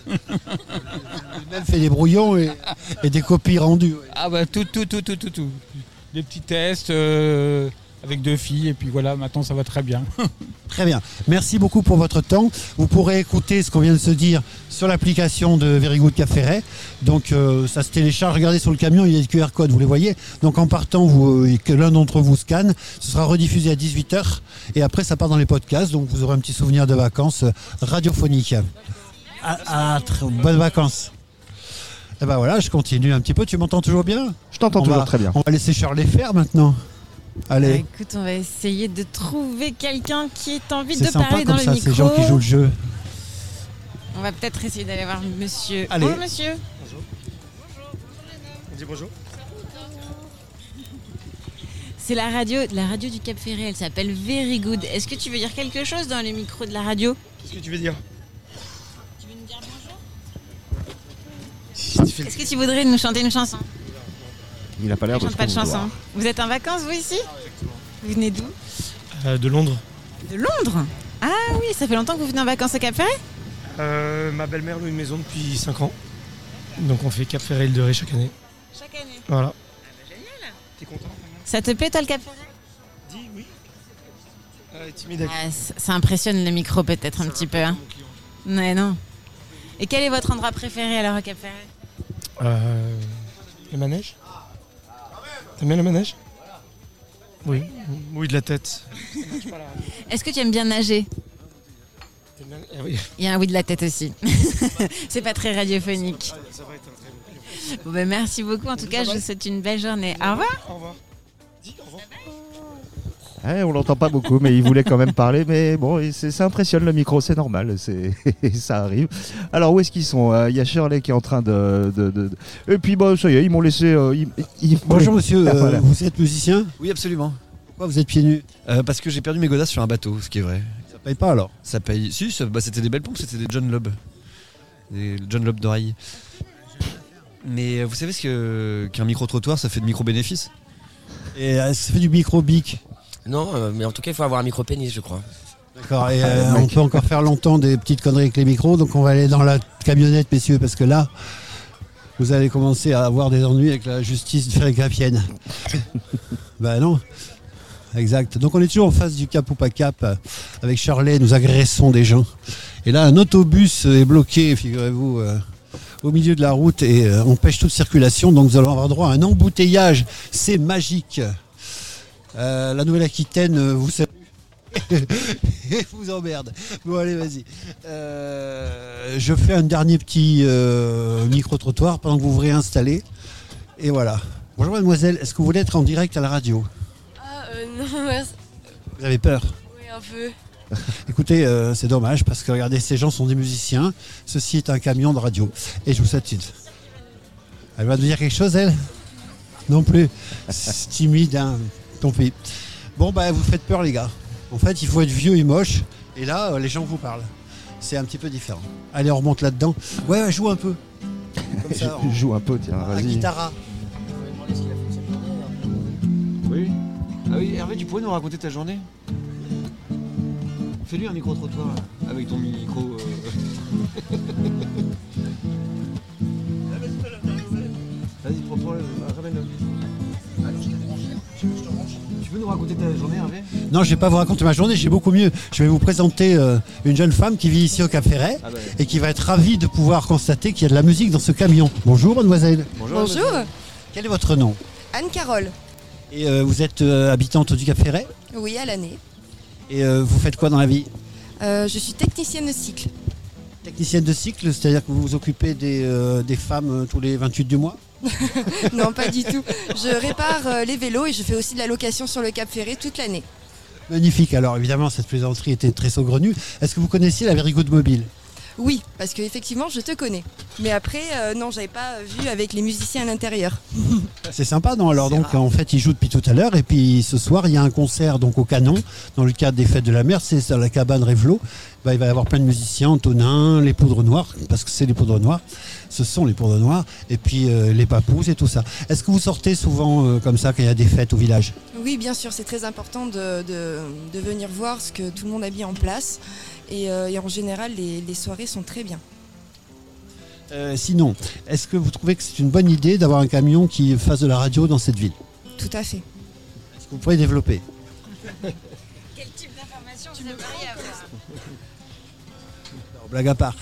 B: J'ai même fait des brouillons et, et des copies rendues. Ouais.
K: Ah bah tout, tout, tout, tout, tout, tout. Des petits tests euh, avec deux filles et puis voilà, maintenant ça va très bien.
B: Très bien. Merci beaucoup pour votre temps. Vous pourrez écouter ce qu'on vient de se dire sur l'application de Very Good Café Ray. Donc euh, ça se télécharge. Regardez sur le camion, il y a des Q R codes, vous les voyez. Donc en partant, vous, euh, que l'un d'entre vous scanne, ce sera rediffusé à dix-huit heures. Et après, ça part dans les podcasts. Donc vous aurez un petit souvenir de vacances euh, radiophoniques. À, à, très bonnes vacances. Et ben voilà, je continue un petit peu. Tu m'entends toujours bien?
D: Je t'entends
B: On
D: toujours
B: va-
D: très bien.
B: On va laisser Shirley faire maintenant. Allez.
C: Bah, écoute, on va essayer de trouver quelqu'un qui ait envie
B: C'est
C: de
B: sympa
C: parler dans
B: comme
C: le
B: ça,
C: micro.
B: ces gens qui jouent le jeu.
C: On va peut-être essayer d'aller voir monsieur.
B: Allez.
C: Bonjour monsieur.
L: On dit bonjour.
C: C'est la radio, la radio du Cap Ferret, elle s'appelle Very Good. Est-ce que tu veux dire quelque chose dans les micros de la radio?
L: Qu'est-ce que tu veux dire?
C: Tu veux nous dire bonjour? Est-ce que tu voudrais nous chanter une chanson?
D: Il n'a pas l'air
C: Je
D: de
C: chante pas de
D: trop
C: chanson.
D: vouloir.
C: Vous êtes en vacances vous ici? Vous venez d'où?
L: Euh, de Londres.
C: De Londres? Ah oui, ça fait longtemps que vous venez en vacances au Cap Ferret?
L: Euh, ma belle-mère loue une maison depuis cinq ans. Donc on fait Cap Ferret Île de Ré chaque année.
C: Chaque année.
L: Voilà.
C: Ah bah, génial.
L: T'es content?
C: Ça te plaît toi le Cap Ferret?
L: Dis oui. Euh, timide avec-
C: Ah, c- ça impressionne le micro peut-être un petit peu. Hein. Ouais, non. Et quel est votre endroit préféré alors au Cap Ferret?
L: Euh, le manège. T'aimes bien le manège? Oui. Oui, de la tête.
C: Est-ce que tu aimes bien nager?
L: T'aimes bien- Ah oui.
C: Il y a un oui de la tête aussi. C'est pas très radiophonique.
L: Ça va être un très bon client.
C: Bon, ben, merci beaucoup. En tout cas, je vous souhaite une belle journée. Au revoir.
L: Au revoir. Dis au revoir.
D: Ouais, on l'entend pas beaucoup, mais il voulait quand même parler. Mais bon, et c'est- ça impressionne le micro, c'est normal, c'est ça arrive. Alors où est-ce qu'ils sont? Euh, Il y a Shirley qui est en train de, de, de- Et puis bah ça y est, ils m'ont laissé. euh, ils- ils-
B: Bonjour monsieur,
D: Ah,
B: euh,
D: voilà.
B: vous êtes musicien?
I: Oui, absolument.
B: Pourquoi vous êtes pieds nus?
I: Euh, Parce que j'ai perdu mes godasses sur un bateau, ce qui est vrai.
B: Ça paye pas alors?
I: Ça paye. Si, ça- bah, c'était des belles pompes, c'était des John Loeb. Des John Loeb d'oreille. Mais euh, vous savez ce que, qu'un micro-trottoir, ça fait de micro-bénéfices?
B: Et euh, ça fait du micro-bic.
H: Non, euh, mais en tout cas, il faut avoir un micro-pénis, je crois.
B: D'accord, et euh, on peut encore faire longtemps des petites conneries avec les micros, donc on va aller dans la camionnette, messieurs, parce que là, vous allez commencer à avoir des ennuis avec la justice férigrafienne. Bah non, exact. Donc on est toujours en face du Cap ou pas Cap, euh, avec Charlet, nous agressons des gens. Et là, un autobus est bloqué, figurez-vous, euh, au milieu de la route et euh, empêche toute circulation, donc nous allons avoir droit à un embouteillage. C'est magique. Euh, la Nouvelle-Aquitaine, euh, vous savez, et vous emmerde. Bon allez, vas-y. Euh, je fais un dernier petit euh, micro-trottoir pendant que vous vous réinstallez. Et voilà. Bonjour mademoiselle, est-ce que vous voulez être en direct à la radio?
M: Ah euh, non, merci.
B: Vous avez peur?
M: Oui, un peu.
B: Écoutez, euh, c'est dommage parce que regardez, ces gens sont des musiciens. Ceci est un camion de radio. Et je vous souhaite une... Elle va nous dire quelque chose, elle? Non plus. C'est timide, hein. Tant pis. Bon, bah, vous faites peur, les gars. En fait, il faut être vieux et moche. Et là, euh, les gens vous parlent. C'est un petit peu différent. Allez, on remonte là-dedans. Ouais, ouais, joue un peu. Comme ça,
D: Je joue un peu, tiens,
B: en...
D: vas-y.
B: La guitare.
I: Oui. Ah oui, Hervé, tu pourrais nous raconter ta journée? Fais-lui un micro-trottoir là, avec ton micro. euh. Vas-y, prends-le, ramène-le. Tu peux nous raconter ta journée, Hervé?
B: Non, je vais pas vous raconter ma journée, j'ai beaucoup mieux. Je vais vous présenter euh, une jeune femme qui vit ici au Cap Ferret
I: Ah bah.
B: et qui va être ravie de pouvoir constater qu'il y a de la musique dans ce camion. Bonjour, mademoiselle.
M: Bonjour.
B: Quel est votre nom?
M: Anne-Carole.
B: Et euh, vous êtes euh, habitante du Cap Ferret?
M: Oui, à l'année.
B: Et euh, vous faites quoi dans la vie?
M: Euh, je suis technicienne de cycle.
B: Technicienne de cycle, c'est-à-dire que vous vous occupez des, euh, des femmes euh, tous les vingt-huit du mois?
M: Non, pas du tout. Je répare euh, les vélos et je fais aussi de la location sur le Cap Ferret toute l'année.
B: Magnifique. Alors évidemment, cette plaisanterie était très saugrenue. Est-ce que vous connaissiez la Very Good Mobile?
M: Oui, parce qu'effectivement, je te connais. Mais après, euh, non, j'avais pas vu avec les musiciens à l'intérieur.
B: C'est sympa, non? Alors donc, en fait, ils jouent depuis tout à l'heure. Et puis ce soir, il y a un concert donc au Canon, dans le cadre des Fêtes de la Mer. C'est dans la cabane Révelot. Bah, il va y avoir plein de musiciens, Antonin, les Poudres Noires, parce que c'est les Poudres Noires. Ce sont les Poudres Noires. Et puis euh, les Papous et tout ça. Est-ce que vous sortez souvent euh, comme ça quand il y a des fêtes au village?
M: Oui, bien sûr, c'est très important de, de, de venir voir ce que tout le monde a mis en place. Et, euh, et en général, les, les soirées sont très bien.
B: Euh, sinon, est-ce que vous trouvez que c'est une bonne idée d'avoir un camion qui fasse de la radio dans cette ville?
M: Tout à fait.
B: Est-ce que vous pourriez développer?
M: Quel type d'information vous aimeriez avoir?
B: Alors, blague à part.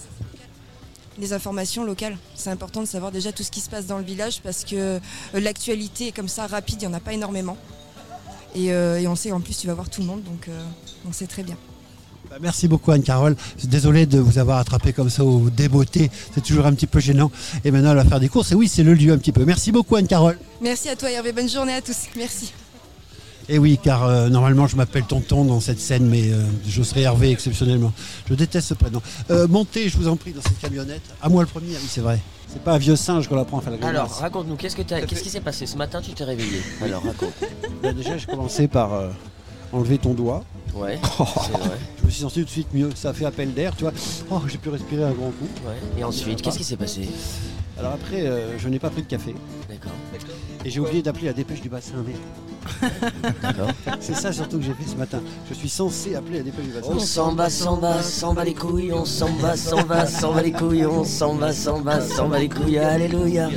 M: Les informations locales. C'est important de savoir déjà tout ce qui se passe dans le village parce que euh, l'actualité est comme ça rapide, il n'y en a pas énormément. Et, euh, et on sait en plus tu vas voir tout le monde, donc euh, on sait très bien.
B: Bah, merci beaucoup Anne-Carole. Désolé de vous avoir attrapé comme ça au débeauté. C'est toujours un petit peu gênant. Et maintenant, elle va faire des courses. Et oui, c'est le lieu un petit peu. Merci beaucoup Anne-Carole.
M: Merci à toi Hervé, bonne journée à tous. Merci.
B: Et oui, car euh, normalement, je m'appelle Tonton dans cette scène, mais euh, je serai Hervé exceptionnellement. Je déteste ce prénom. Euh, montez, je vous en prie, dans cette camionnette. À moi le premier, ah oui, c'est vrai. C'est pas un vieux singe qu'on apprend à faire la grimace.
H: Alors, raconte-nous, qu'est-ce, que t'as- qu'est-ce qui s'est passé ce matin? Tu t'es réveillé. Alors, raconte.
B: Bah, déjà, j'ai commencé par euh, enlever ton doigt.
H: Ouais, c'est vrai.
B: Je me suis senti tout de suite mieux. Ça a fait appel d'air, tu vois. Oh, j'ai pu respirer un grand coup.
H: Ouais. Et ensuite, qu'est-ce qui s'est passé?
B: Alors après, euh, je n'ai pas pris de café.
H: D'accord.
B: Et j'ai oublié d'appeler la dépêche du bassin.
H: D'accord.
B: C'est ça surtout que j'ai fait ce matin. Je suis censé appeler la dépêche du bassin.
H: On s'en bat, s'en bat, s'en bat les couilles, on s'en bat, s'en bat, s'en bat les couilles, on s'en bat, s'en bat, s'en bat les couilles, alléluia.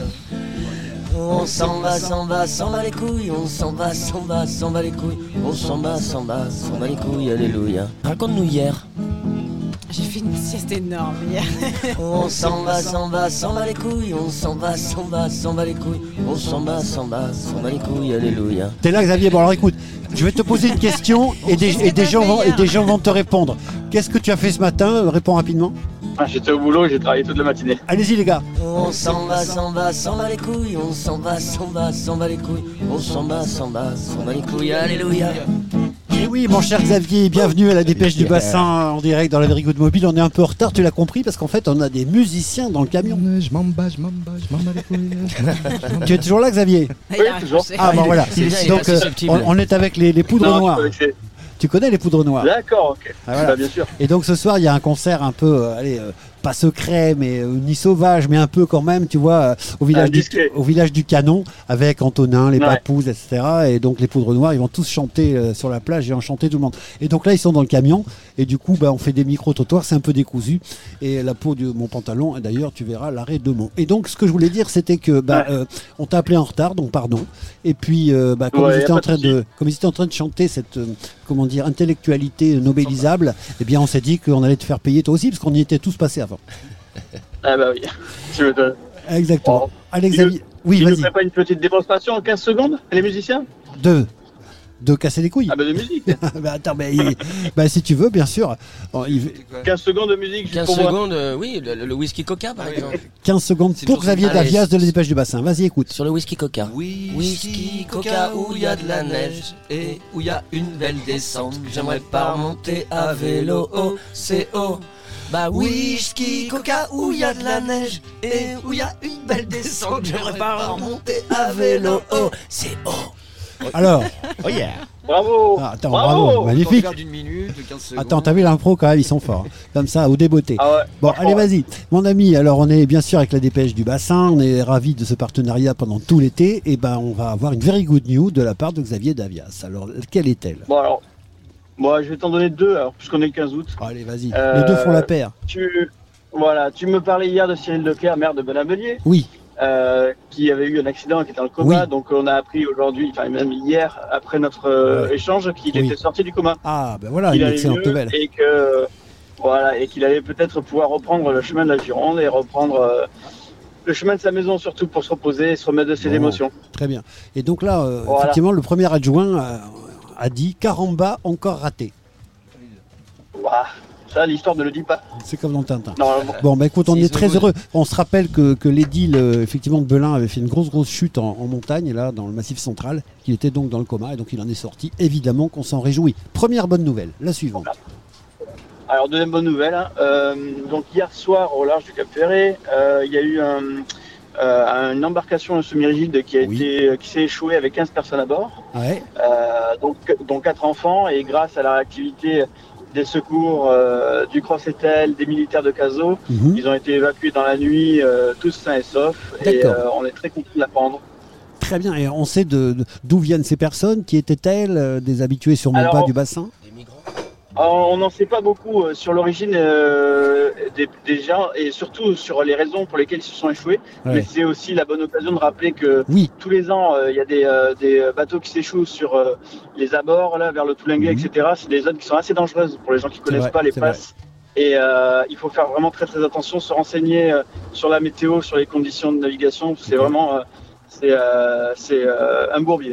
H: On s'en bat, s'en bat, s'en bat les couilles, on s'en bat, s'en bat, s'en bat les couilles, on s'en bat, s'en bat, s'en bat les couilles, alléluia. Raconte-nous hier.
C: J'ai fait une sieste énorme hier.
H: On s'en bat, s'en bat, s'en bat les couilles, on s'en bat, s'en bat, s'en bat les couilles, on s'en bat, s'en bat, s'en bat les couilles, alléluia.
B: T'es là Xavier, bon alors écoute, je vais te poser une question et des, et des gens vont, et des gens vont te répondre. Qu'est-ce que tu as fait ce matin? Réponds rapidement.
N: Ah, j'étais au boulot et j'ai travaillé toute la matinée.
B: Allez-y les gars.
H: On s'en bat, s'en bat, s'en bat les couilles, on s'en bat, s'en bat, s'en bat les couilles, on s'en bat, s'en bat, s'en bat les couilles, alléluia.
B: Et oui, mon cher Xavier, bienvenue à la Dépêche du Bassin en direct dans la Very Good Mobile. On est un peu en retard, tu l'as compris, parce qu'en fait, on a des musiciens dans le camion.
D: Je m'en bats, je m'en bats, je m'en bats les couilles.
B: Tu es toujours là, Xavier?
C: Il a
N: toujours.
C: raccroché.
B: Ah, bon, voilà.
H: Il est- il est
B: Donc,
H: pas
B: euh,
H: susceptible.
B: on, on est avec les, les poudres
N: Non,
B: noires.
N: je peux-
B: Tu connais les poudres noires?
N: D'accord, ok.
B: Ah, voilà.
N: Bah, bien sûr.
B: Et donc ce soir, il y a un concert un peu, euh, allez, euh, pas secret, mais euh, ni sauvage, mais un peu quand même, tu vois, euh, au, village du,
N: discret.
B: au village du Canon, avec Antonin, les
N: Ouais.
B: papous, et cetera. Et donc les poudres noires, ils vont tous chanter euh, sur la plage et enchanter tout le monde. Et donc là, ils sont dans le camion, et du coup, bah, on fait des micro-trottoirs, c'est un peu décousu. Et la peau de mon pantalon, et d'ailleurs, tu verras l'arrêt de mon. Et donc, ce que je voulais dire, c'était que bah,
N: Ouais.
B: euh, on t'a appelé en retard, donc pardon. Et puis, euh, bah, comme,
N: Ouais,
B: ils
N: y a
B: étaient en
N: pas de
B: train
N: souci.
B: de, comme ils étaient en train de chanter cette, euh, comment dire, intellectualité nobélisable, eh bien, on s'est dit qu'on allait te faire payer toi aussi, parce qu'on y était tous passés avant.
N: Ah bah oui. Tu me donnes.
B: Exactement.
N: Oh.
B: Allez,
N: Il
B: Xavier. Oui,
N: Tu ne
B: vas-y.
N: ferais pas une petite démonstration en quinze secondes, les musiciens?
B: Deux. De casser les couilles.
N: Ah bah de musique.
B: Bah, attends, mais il- bah, si tu veux, bien sûr. Bon, il-
N: quinze secondes de musique juste
H: quinze
N: pour moi.
H: secondes, euh, oui, le, le whisky coca par exemple.
B: quinze secondes
H: C'est
B: pour
H: une
B: Xavier
H: chanson- Allez,
B: Davias de la Dépêche du Bassin. Vas-y, écoute.
H: Sur le whisky coca.
G: Whisky, coca, où y a de la neige et où y a une belle descente. J'aimerais pas remonter à vélo, oh, c'est haut. Bah whisky, coca, où y a de la neige et où y a une belle descente. J'aimerais pas remonter à vélo, oh, c'est haut.
B: Alors.
D: Oh yeah.
N: Bravo.
B: Ah, attends, bravo, magnifique.
I: d'une minute, quinze secondes.
B: Attends, t'as vu l'impro quand même, ils sont forts. hein. Comme ça, au débeauté.
N: Ah ouais.
B: Bon,
N: Franchement,
B: allez,
N: ouais.
B: vas-y. Mon ami, alors on est bien sûr avec la Dépêche du Bassin. On est ravis de ce partenariat pendant tout l'été. Et ben, on va avoir une very good news de la part de Xavier Davias. Alors, quelle est-elle?
N: Bon alors, moi je vais t'en donner deux, alors, puisqu'on est le quinze août.
B: Allez, vas-y.
N: Euh,
B: Les deux font la paire.
N: Tu, voilà, tu me parlais hier de Cyril Leclerc, maire de Bonabelier,
B: Oui.
N: euh, qui avait eu un accident, qui était dans le coma.
B: Oui.
N: Donc on a appris aujourd'hui, enfin même hier, après notre euh,
B: Ouais.
N: échange, qu'il
B: Oui.
N: était sorti du coma.
B: Ah, ben voilà,
N: Qu'il
B: une
N: allait
B: excellente
N: mieux
B: nouvelle.
N: Et que voilà, et qu'il allait peut-être pouvoir reprendre le chemin de la Gironde et reprendre euh, le chemin de sa maison, surtout pour se reposer et se remettre de ses
B: Bon.
N: émotions.
B: Très bien. Et donc là, euh,
N: Voilà.
B: effectivement, le premier adjoint euh, a dit Caramba, encore raté.
N: Bah, ça, l'histoire ne le dit pas.
B: C'est comme dans Tintin.
N: Normalement.
B: Bon, bah écoute, on
H: C'est
B: est très
H: nouveau.
B: heureux. On se rappelle que, que l'édile, euh, effectivement, de Belin avait fait une grosse, grosse chute en, en montagne, là, dans le massif central, qu'il était donc dans le coma, et donc il en est sorti. Évidemment qu'on s'en réjouit. Première bonne nouvelle, la suivante.
N: Alors, deuxième bonne nouvelle. hein, euh, donc, hier soir, au large du Cap Ferret, euh, il y a eu un, euh, une embarcation semi-rigide qui, a
B: Oui.
N: été, qui s'est échouée avec quinze personnes à bord,
B: Ouais.
N: euh, donc, dont quatre enfants. Et grâce à la réactivité des secours euh, du Cross-Etel, des militaires de Cazaux,
B: Mhm.
N: ils ont été évacués dans la nuit, euh, tous sains et saufs. Et
B: D'accord.
N: euh, on est très content de l'apprendre.
B: Très bien. Et on sait de- de- d'où viennent ces personnes, qui étaient-elles, euh, des habitués sûrement
N: Alors,
B: pas du bassin.
N: Alors, on n'en sait pas beaucoup euh, sur l'origine euh, des, des gens et surtout sur les raisons pour lesquelles ils se sont échoués.
B: Ouais.
N: Mais c'est aussi la bonne occasion de rappeler que
B: Oui.
N: tous les ans, euh, il y a des, euh, des bateaux qui s'échouent sur euh, les abords, là, vers le Toulinguet,
B: Mhm.
N: et cetera. C'est des zones qui sont assez dangereuses pour les gens qui connaissent
B: vrai,
N: pas les
B: c'est
N: passes. Et euh, il faut faire vraiment très très attention, se renseigner euh, sur la météo, sur les conditions de navigation. C'est
B: Ok.
N: vraiment euh, c'est euh, c'est, euh, un bourbier.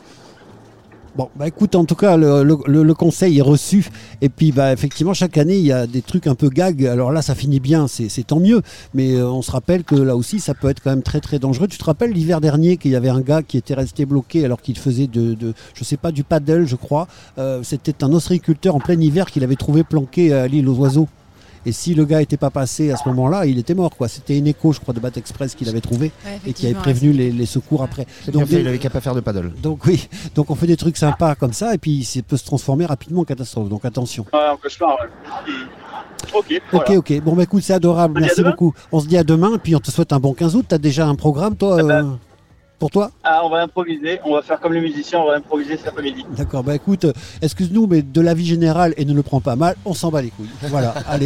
B: Bon, bah écoute, en tout cas, le, le- le- le conseil est reçu. Et puis, bah, effectivement, chaque année, il y a des trucs un peu gags. Alors là, ça finit bien, c'est c'est tant mieux. Mais euh, on se rappelle que là aussi, ça peut être quand même très, très dangereux. Tu te rappelles l'hiver dernier qu'il y avait un gars qui était resté bloqué alors qu'il faisait de, de, je sais pas, du paddle, je crois. Euh, C'était un ostréiculteur en plein hiver qu'il avait trouvé planqué à l'île aux oiseaux. Et si le gars n'était pas passé à ce moment-là, il était mort, quoi. C'était une écho, je crois, de Bat Express qu'il avait trouvé
C: Ouais,
B: et qui avait
C: effectivement,
B: prévenu les, les secours après.
D: C'est bien
B: Donc,
D: fait,
B: des-
D: il avait qu'à pas faire de paddle.
B: donc oui, donc on fait des trucs sympas comme ça et puis ça peut se transformer rapidement en catastrophe. Donc attention.
N: Ouais, en cauchemar. ouais. Ok, voilà.
B: Ok, ok. Bon bah écoute, c'est adorable.
N: On se dit à
B: Merci
N: demain
B: beaucoup. On se dit à demain et puis on te souhaite un bon quinze août. T'as déjà un programme toi
N: Eh ben.
B: euh, pour toi?
N: Ah, on va improviser, on va faire comme les musiciens, on va improviser cet après-midi.
B: D'accord. Bah écoute, euh, excuse-nous, mais de la vie générale et ne le prends pas mal, on s'en bat les couilles. Voilà. Allez.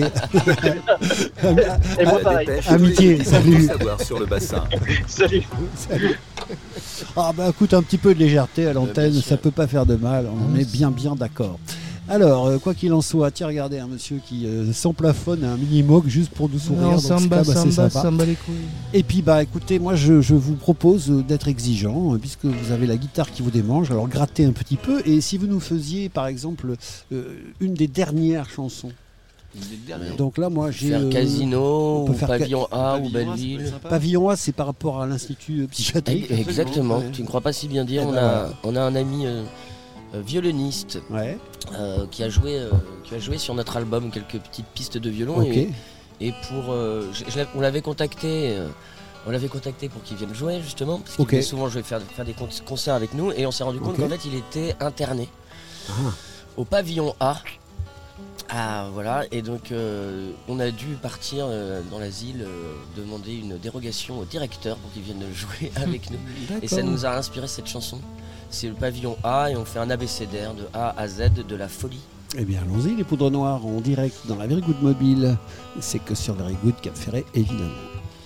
N: Et moi pareil.
A: Dépêche,
B: Amitié,
A: tout
B: salut.
A: savoir sur le bassin.
N: Salut.
B: Salut. Ah bah écoute, un petit peu de légèreté à l'antenne,
H: bien
B: ça peut pas faire de mal. On est bien bien d'accord. Alors, euh, quoi qu'il en soit, tiens, regardez un monsieur qui euh, s'emplafonne à un mini-moque juste pour nous sourire.
D: Non,
B: donc c'est quand
D: samba,
B: même assez
D: samba,
B: sympa.
D: samba les couilles.
B: Et puis bah écoutez, moi je, je vous propose euh, d'être exigeant euh, puisque vous avez la guitare qui vous démange, alors grattez un petit peu et si vous nous faisiez par exemple euh, une des dernières chansons. Donc là moi j'ai...
H: Faire
B: euh,
H: Casino,
B: on peut
H: ou
B: faire ca-
H: Pavillon A, ou Belleville.
B: Pavillon A c'est par rapport à l'institut euh, psychiatrique.
H: Eh, Exactement, tu ne crois pas si bien dire. On a, on a un ami euh, euh, violoniste
B: ouais.
H: euh, qui, a joué, euh, qui a joué sur notre album quelques petites pistes de violon.
B: Okay.
H: Et, et pour, euh, je, je on l'avait contacté. Euh, On l'avait contacté pour qu'il vienne jouer justement, parce qu'il
B: okay.
H: venait souvent jouer, faire, faire des concerts avec nous, et on s'est rendu compte okay. qu'en fait il était interné ah. au pavillon A. Ah voilà, et donc euh, on a dû partir euh, dans l'asile, euh, demander une dérogation au directeur pour qu'il vienne jouer avec nous. Et ça nous a inspiré cette chanson. C'est le pavillon A et on fait un abécédaire de A à Z de la folie.
B: Eh bien allons-y, les Poudres Noires en direct dans la Very Good Mobile. C'est que sur Very Good Cap Ferret évidemment.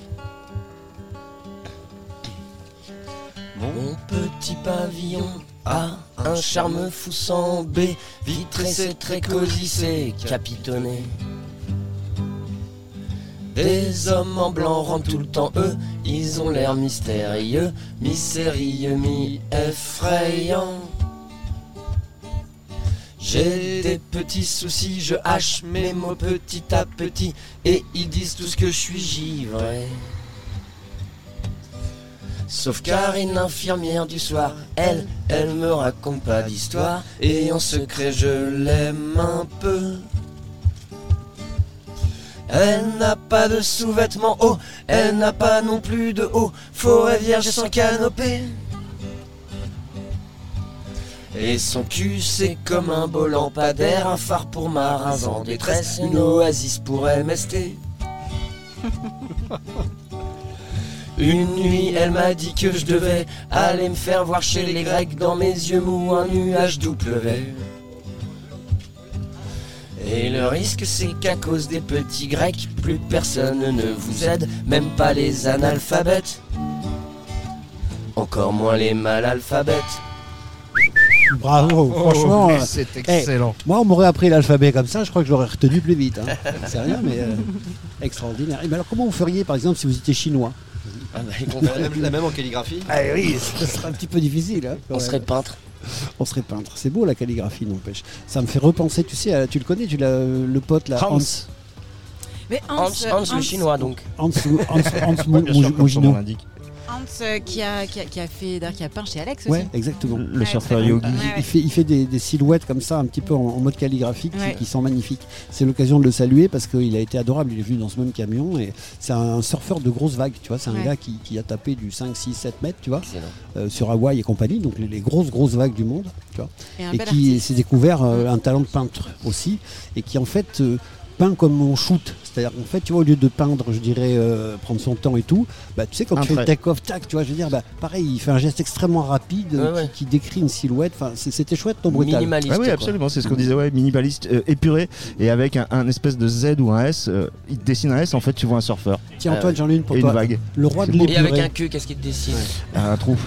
H: Mon petit pavillon a un charme fou sans B, vitré c'est très cosy, c'est capitonné. Des hommes en blanc rentrent tout le temps eux, ils ont l'air mystérieux, mi-sérieux, mi-effrayant. J'ai des petits soucis, je hache mes mots petit à petit, et ils disent tout ce que je suis givré. Sauf Karine, infirmière du soir, elle, elle me raconte pas d'histoire, et en secret je l'aime un peu. Elle n'a pas de sous-vêtements hauts, elle n'a pas non plus de haut, forêt vierge sans canopée. Et son cul c'est comme un beau lampadaire, un phare pour marins en détresse, une oasis pour M S T. Une nuit, elle m'a dit que je devais aller me faire voir chez les Grecs. Dans mes yeux mous, un nuage doux pleuvait. Et le risque, c'est qu'à cause des petits Grecs, plus personne ne vous aide, même pas les analphabètes. Encore moins les malalphabètes.
B: Bravo,
D: oh,
B: franchement.
D: Oh, c'est excellent.
B: Hey, moi, on m'aurait appris l'alphabet comme ça, je crois que je l'aurais retenu plus vite. Hein. C'est rien, mais euh, extraordinaire. Et ben alors, comment vous feriez, par exemple, si vous étiez chinois?
O: Ah bah, la, même, la même en calligraphie.
B: Ah oui, ce serait un petit peu difficile. Hein,
H: on ouais. serait peintre.
B: On serait peintre. C'est beau la calligraphie, n'empêche. Ça me fait repenser, tu sais, à, tu le connais, tu l'as, le pote là, Hans. Hans.
C: Mais Hans,
H: Hans, Hans, Hans le chinois donc.
B: Hans, Hans, Hans, Hans Mougino.
C: Hans euh, qui, a, qui, a, qui a fait qui a peint chez Alex aussi.
B: Ouais, exactement.
D: Le surfeur yogi.
C: Ouais,
B: il,
C: ouais.
B: fait, il fait des, des silhouettes comme ça, un petit peu en, en mode calligraphique,
C: ouais.
B: qui, qui sont magnifiques. C'est l'occasion de le saluer parce qu'il a été adorable. Il est venu dans ce même camion et c'est un surfeur de grosses vagues. Tu vois, c'est un ouais. gars qui, qui a tapé du cinq, six, sept mètres, tu vois, euh, sur Hawaï et compagnie, donc les, les grosses grosses vagues du monde, tu vois, et, et qui s'est découvert euh, un talent de peintre aussi et qui en fait euh, peint comme on shoot. C'est-à-dire qu'en fait, tu vois, au lieu de peindre, je dirais, euh, prendre son temps et tout, bah, tu sais, quand un tu fais le take-off, tac, tu vois, je veux dire, bah, pareil, il fait un geste extrêmement rapide ouais, euh, ouais. Qui, qui décrit une silhouette. Enfin, c'était chouette, ton brutal.
D: Minimaliste. Ah oui, absolument, c'est ce qu'on disait, ouais, minimaliste, euh, épuré, et avec un, un espèce de Z ou un S, euh, il te dessine un S, en fait, tu vois un surfeur.
B: Tiens, Antoine, euh, j'en ai une pour
D: et
B: toi.
D: Une vague.
B: Le roi de l'épuré.
H: Et avec un queue, qu'est-ce qu'il te dessine?
D: Un trou.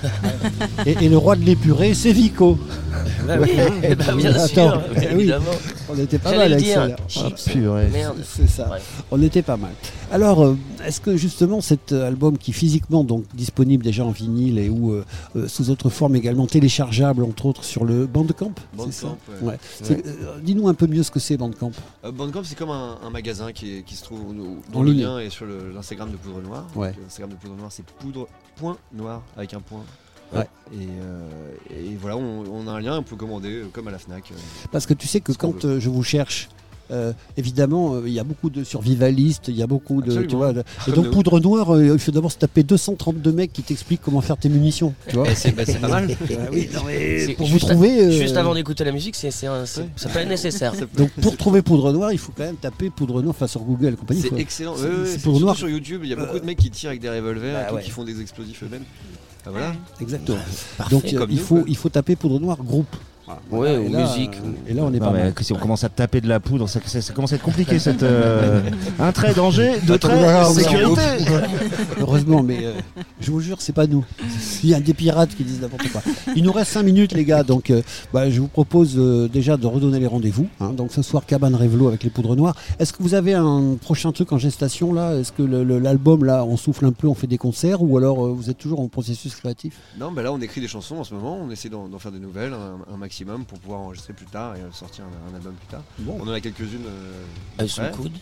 B: et, et le roi de l'épuré, c'est Vico.
H: Bah oui, ouais, bah bien
B: Attends,
H: sûr,
B: oui,
H: évidemment.
B: On était pas mal avec ça.
H: Merde.
B: C'est ça. Ouais. On était pas mal. Alors, euh, est-ce que justement cet album qui physiquement donc disponible déjà en vinyle et ou euh, euh, sous autre forme également téléchargeable entre autres sur le Bandcamp,
O: Bandcamp,
B: c'est ça
O: ouais.
B: ouais. ouais. Euh, dis-nous un peu mieux ce que c'est Bandcamp.
O: Euh, Bandcamp, c'est comme un, un magasin qui, est, qui se trouve dont
B: en
O: le
B: ligne.
O: lien est sur le, l'Instagram de Poudre Noire.
B: Ouais.
O: L'Instagram de Poudre Noire, c'est poudre point noir avec un point.
B: Ouais.
O: Et, euh, et voilà, on, on a un lien, on peut commander euh, comme à la Fnac. Euh,
B: Parce que tu sais que quand euh, je vous cherche, euh, évidemment, il euh, y a beaucoup de survivalistes, il y a beaucoup de. Tu vois, de et donc, Poudre Noire, euh, il faut d'abord se taper deux cent trente-deux mecs qui t'expliquent comment faire tes munitions. Tu vois,
O: c'est, bah, c'est pas mal.
B: Ah oui, non, mais pour
H: vous
B: trouver.
H: Euh... Juste avant d'écouter la musique, c'est, c'est un, c'est, ouais. ça peut être nécessaire.
B: Donc, pour trouver Poudre Noire, il faut quand même taper Poudre Noire, enfin sur Google et compagnie.
O: C'est
B: faut...
O: excellent.
B: C'est,
O: ouais, ouais,
B: c'est
O: c'est
B: Poudre Noire.
O: Sur YouTube, il y a beaucoup de mecs qui tirent avec des revolvers,
B: bah,
O: et
B: ouais.
O: qui font des explosifs eux-mêmes. Ah, voilà.
B: Exactement.
H: Parfait,
B: donc euh, il,
O: nous,
B: faut, il faut taper Poudre Noire groupe.
H: Ah, ouais, et ou là, musique.
B: Euh, et là, on est
D: non,
B: pas mal.
D: Si on commence à taper de la poudre, ça, ça, ça commence à être compliqué. Cette, euh, un trait danger, deux traits
B: voilà,
D: sécurité.
B: Heureusement, mais euh, je vous jure, c'est pas nous. Il y a des pirates qui disent n'importe quoi. Il nous reste cinq minutes, les gars. Donc, euh, bah, je vous propose euh, déjà de redonner les rendez-vous. Hein. Donc, ce soir, Cabane Révelo avec les Poudres Noires. Est-ce que vous avez un prochain truc en gestation là? Est-ce que le, le, l'album là, on souffle un peu, on fait des concerts, ou alors euh, vous êtes toujours en processus créatif?
O: Non, bah là, on écrit des chansons en ce moment. On essaie d'en, d'en faire des nouvelles, un, un maximum, pour pouvoir enregistrer plus tard et sortir un, un album plus tard.
B: Bon.
O: On en a quelques-unes. Euh,
H: Elles sont coudes.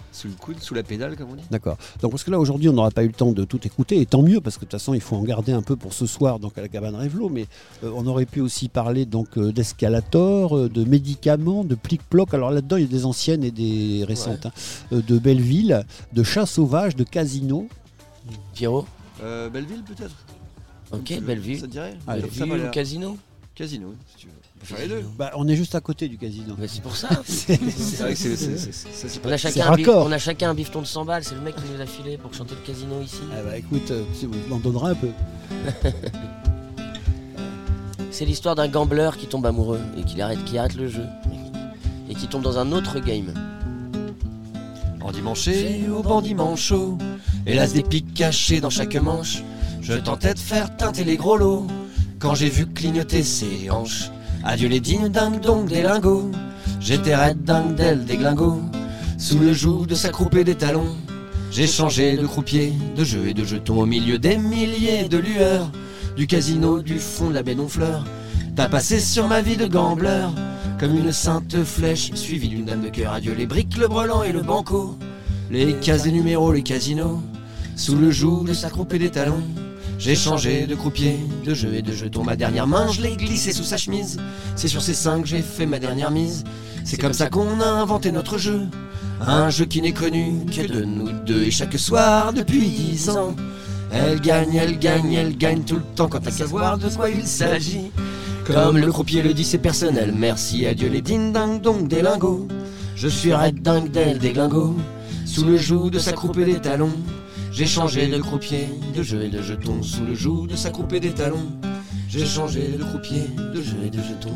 O: Sous le coude, sous la pédale, comme on dit.
B: D'accord. Donc parce que là aujourd'hui on n'aura pas eu le temps de tout écouter, et tant mieux parce que de toute façon il faut en garder un peu pour ce soir donc à la cabane Révelo, mais euh, on aurait pu aussi parler donc euh, d'escalator, euh, de médicaments, de plic-ploc. Alors là-dedans il y a des anciennes et des récentes,
H: Ouais.
B: hein. Euh, de Belleville, de chat sauvage, de casino.
H: Pierrot
O: Euh, Belleville peut-être.
H: Ok,
O: Ça te-
H: Belleville.
O: Ça te dirait
B: Allez.
O: Comme ça,
H: Belleville
O: voilà.
H: ou Casino
O: Casino, si tu veux. On peut faire les deux.
B: Bah, on est juste à côté du casino.
H: Mais c'est pour ça.
O: C'est vrai que c'est- c'est- c'est- c'est- c'est
H: On a,
O: pas-
H: chacun
B: c'est
H: un bi-
B: raccord.
H: on a chacun un bifton de cent balles, c'est le mec qui nous a filé pour chanter le casino ici.
B: Ah bah écoute, euh, tu m'en donneras un peu.
H: C'est l'histoire d'un gambler qui tombe amoureux et qui arrête, qui arrête le jeu et qui tombe dans un autre game.
G: Endimanché au bandit manchot, hélas des pics cachés dans chaque manche. Je tentais de faire teinter les gros lots quand j'ai vu clignoter ses hanches. Adieu les dignes dingues donc des lingots, j'étais raide dingue d'elle des glingos. Sous le joug de sa croupe et des talons, j'ai changé de croupier, de jeu et de jetons au milieu des milliers de lueurs du casino du fond de la baie d'Honfleur. T'as passé sur ma vie de gambler comme une sainte flèche suivie d'une dame de cœur. Adieu les briques, le brelan et le banco, les cases des numéros, les casinos. Sous le joug de sa croupe et des talons, j'ai changé de croupier, de jeu et de jetons. Ma dernière main, je l'ai glissée sous sa chemise. C'est sur ces cinq que j'ai fait ma dernière mise. C'est comme ça qu'on a inventé notre jeu. Un jeu qui n'est connu que de nous deux. Et chaque soir depuis dix ans, elle gagne, elle gagne, elle gagne tout le temps. Quand à savoir de quoi il s'agit, comme le croupier le dit, c'est personnel. Merci, adieu les ding ding donc des lingots. Je suis raide dingue d'elle des glingos. Sous le joug de sa croupe et des talons, j'ai changé de croupier, de jeu et de jetons. Sous le joug de sa croupe et des talons, j'ai changé de croupier, de jeu et de jetons.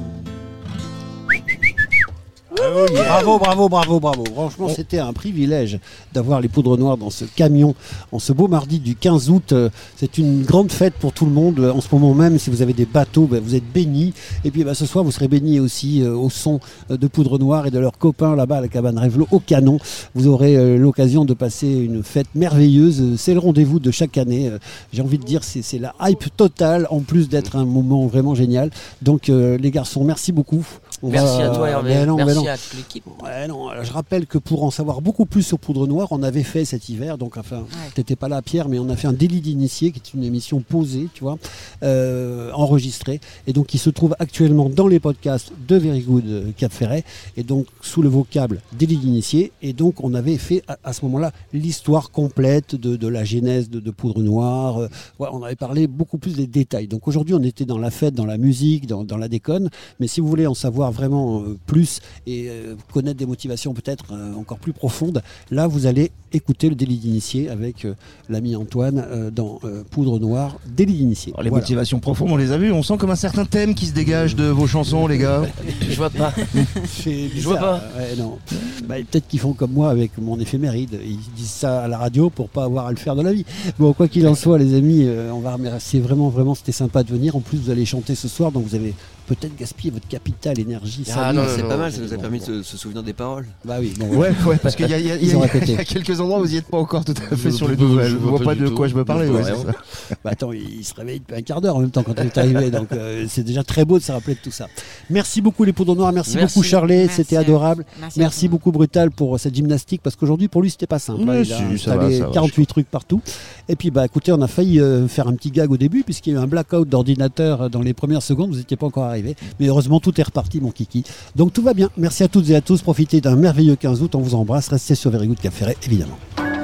B: Bravo, bravo, bravo, bravo. Franchement, c'était un privilège d'avoir les poudres noires dans ce camion en ce beau mardi du quinze août. Euh, C'est une grande fête pour tout le monde. En ce moment même, si vous avez des bateaux, ben, vous êtes bénis. Et puis ben, ce soir, vous serez bénis aussi euh, au son euh, de poudre noire et de leurs copains là-bas à la cabane Révelo au canon. Vous aurez euh, l'occasion de passer une fête merveilleuse. C'est le rendez-vous de chaque année. Euh, J'ai envie de dire, c'est c'est la hype totale en plus d'être un moment vraiment génial. Donc euh, les garçons, merci beaucoup. On
H: Merci
B: va-
H: à toi Hervé,
B: Mais non, mais
H: merci
B: non.
H: à toute l'équipe.
B: Ouais, non, alors, je rappelle que pour en savoir beaucoup plus sur Poudre Noire, on avait fait cet hiver, donc enfin, t'étais pas là Pierre, mais on a fait un délit d'initié, qui est une émission posée, tu vois, euh, enregistrée, et donc qui se trouve actuellement dans les podcasts de Very Good Cap Ferret, et donc sous le vocable délit d'initié, et donc on avait fait à, à ce moment-là l'histoire complète de, de la genèse de, de Poudre Noire, euh, voilà, on avait parlé beaucoup plus des détails. Donc aujourd'hui on était dans la fête, dans la musique, dans, dans la déconne, mais si vous voulez en savoir vraiment euh, plus et euh, connaître des motivations peut-être euh, encore plus profondes, là vous allez écouter le délit d'initié avec euh, l'ami Antoine euh, dans euh, Poudre Noire, délit d'initié.
D: Les
B: Voilà.
D: motivations profondes, on les a vues. On sent comme un certain thème qui se dégage de vos chansons, les gars.
H: Je vois pas.
B: C'est
H: Je vois
B: bizarre.
H: pas.
B: Ouais, non. Bah, peut-être qu'ils font comme moi avec mon éphéméride. Ils disent ça à la radio pour pas avoir à le faire de la vie. Bon, quoi qu'il en soit, les amis, euh, on va remercier vraiment, vraiment, c'était sympa de venir. En plus, vous allez chanter ce soir, donc vous avez peut-être gaspillé votre capital énergie.
O: Ah
B: Salut.
O: non, c'est pas mal, ça nous a permis de se, se souvenir des paroles.
B: Bah oui, bon,
D: Ouais, ouais, parce qu'il y a, il y a- il y a-
B: Ils ont
D: il y
B: répété.
D: a quelques endroits où vous n'y êtes pas encore tout à fait
O: Je
D: sur les
O: vois pas-
D: nouvelles.
O: je
D: Je
O: vois
D: vois
O: pas
D: pas
O: du
D: de
O: tout.
D: quoi je veux parler.
O: Je vois
D: ouais,
O: rien.
D: c'est ça.
B: Bah attends, il se réveille depuis un quart d'heure en même temps quand il est arrivé, donc euh, c'est déjà très beau de se rappeler de tout ça. Merci beaucoup les Poudres Noires, merci,
H: Merci.
B: beaucoup Charlet,
C: Merci
B: c'était
C: à-
B: adorable.
C: merci
B: Merci,
C: à vous.
B: beaucoup Brutal pour cette gymnastique parce qu'aujourd'hui pour lui c'était pas simple.
D: Ouais,
B: hein, il
D: si,
B: a
D: ça va,
B: installé
D: ça va,
B: quarante-huit trucs partout. Et puis bah écoutez, on a failli euh, faire un petit gag au début puisqu'il y a eu un blackout d'ordinateur dans les premières secondes, vous n'étiez pas encore arrivé. Mais heureusement tout est reparti mon kiki. Donc tout va bien. Merci à toutes et à tous, profitez d'un merveilleux quinze août, on vous embrasse, restez sur Very Good Cap Ferret évidemment.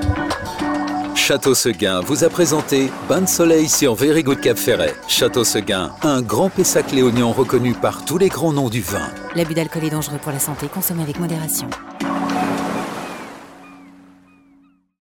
A: Château Seguin vous a présenté Bain de soleil sur Very Good Cap Ferret. Château Seguin, un grand Pessac léognan reconnu par tous les grands noms du vin.
P: L'abus d'alcool est dangereux pour la santé, consommez avec modération.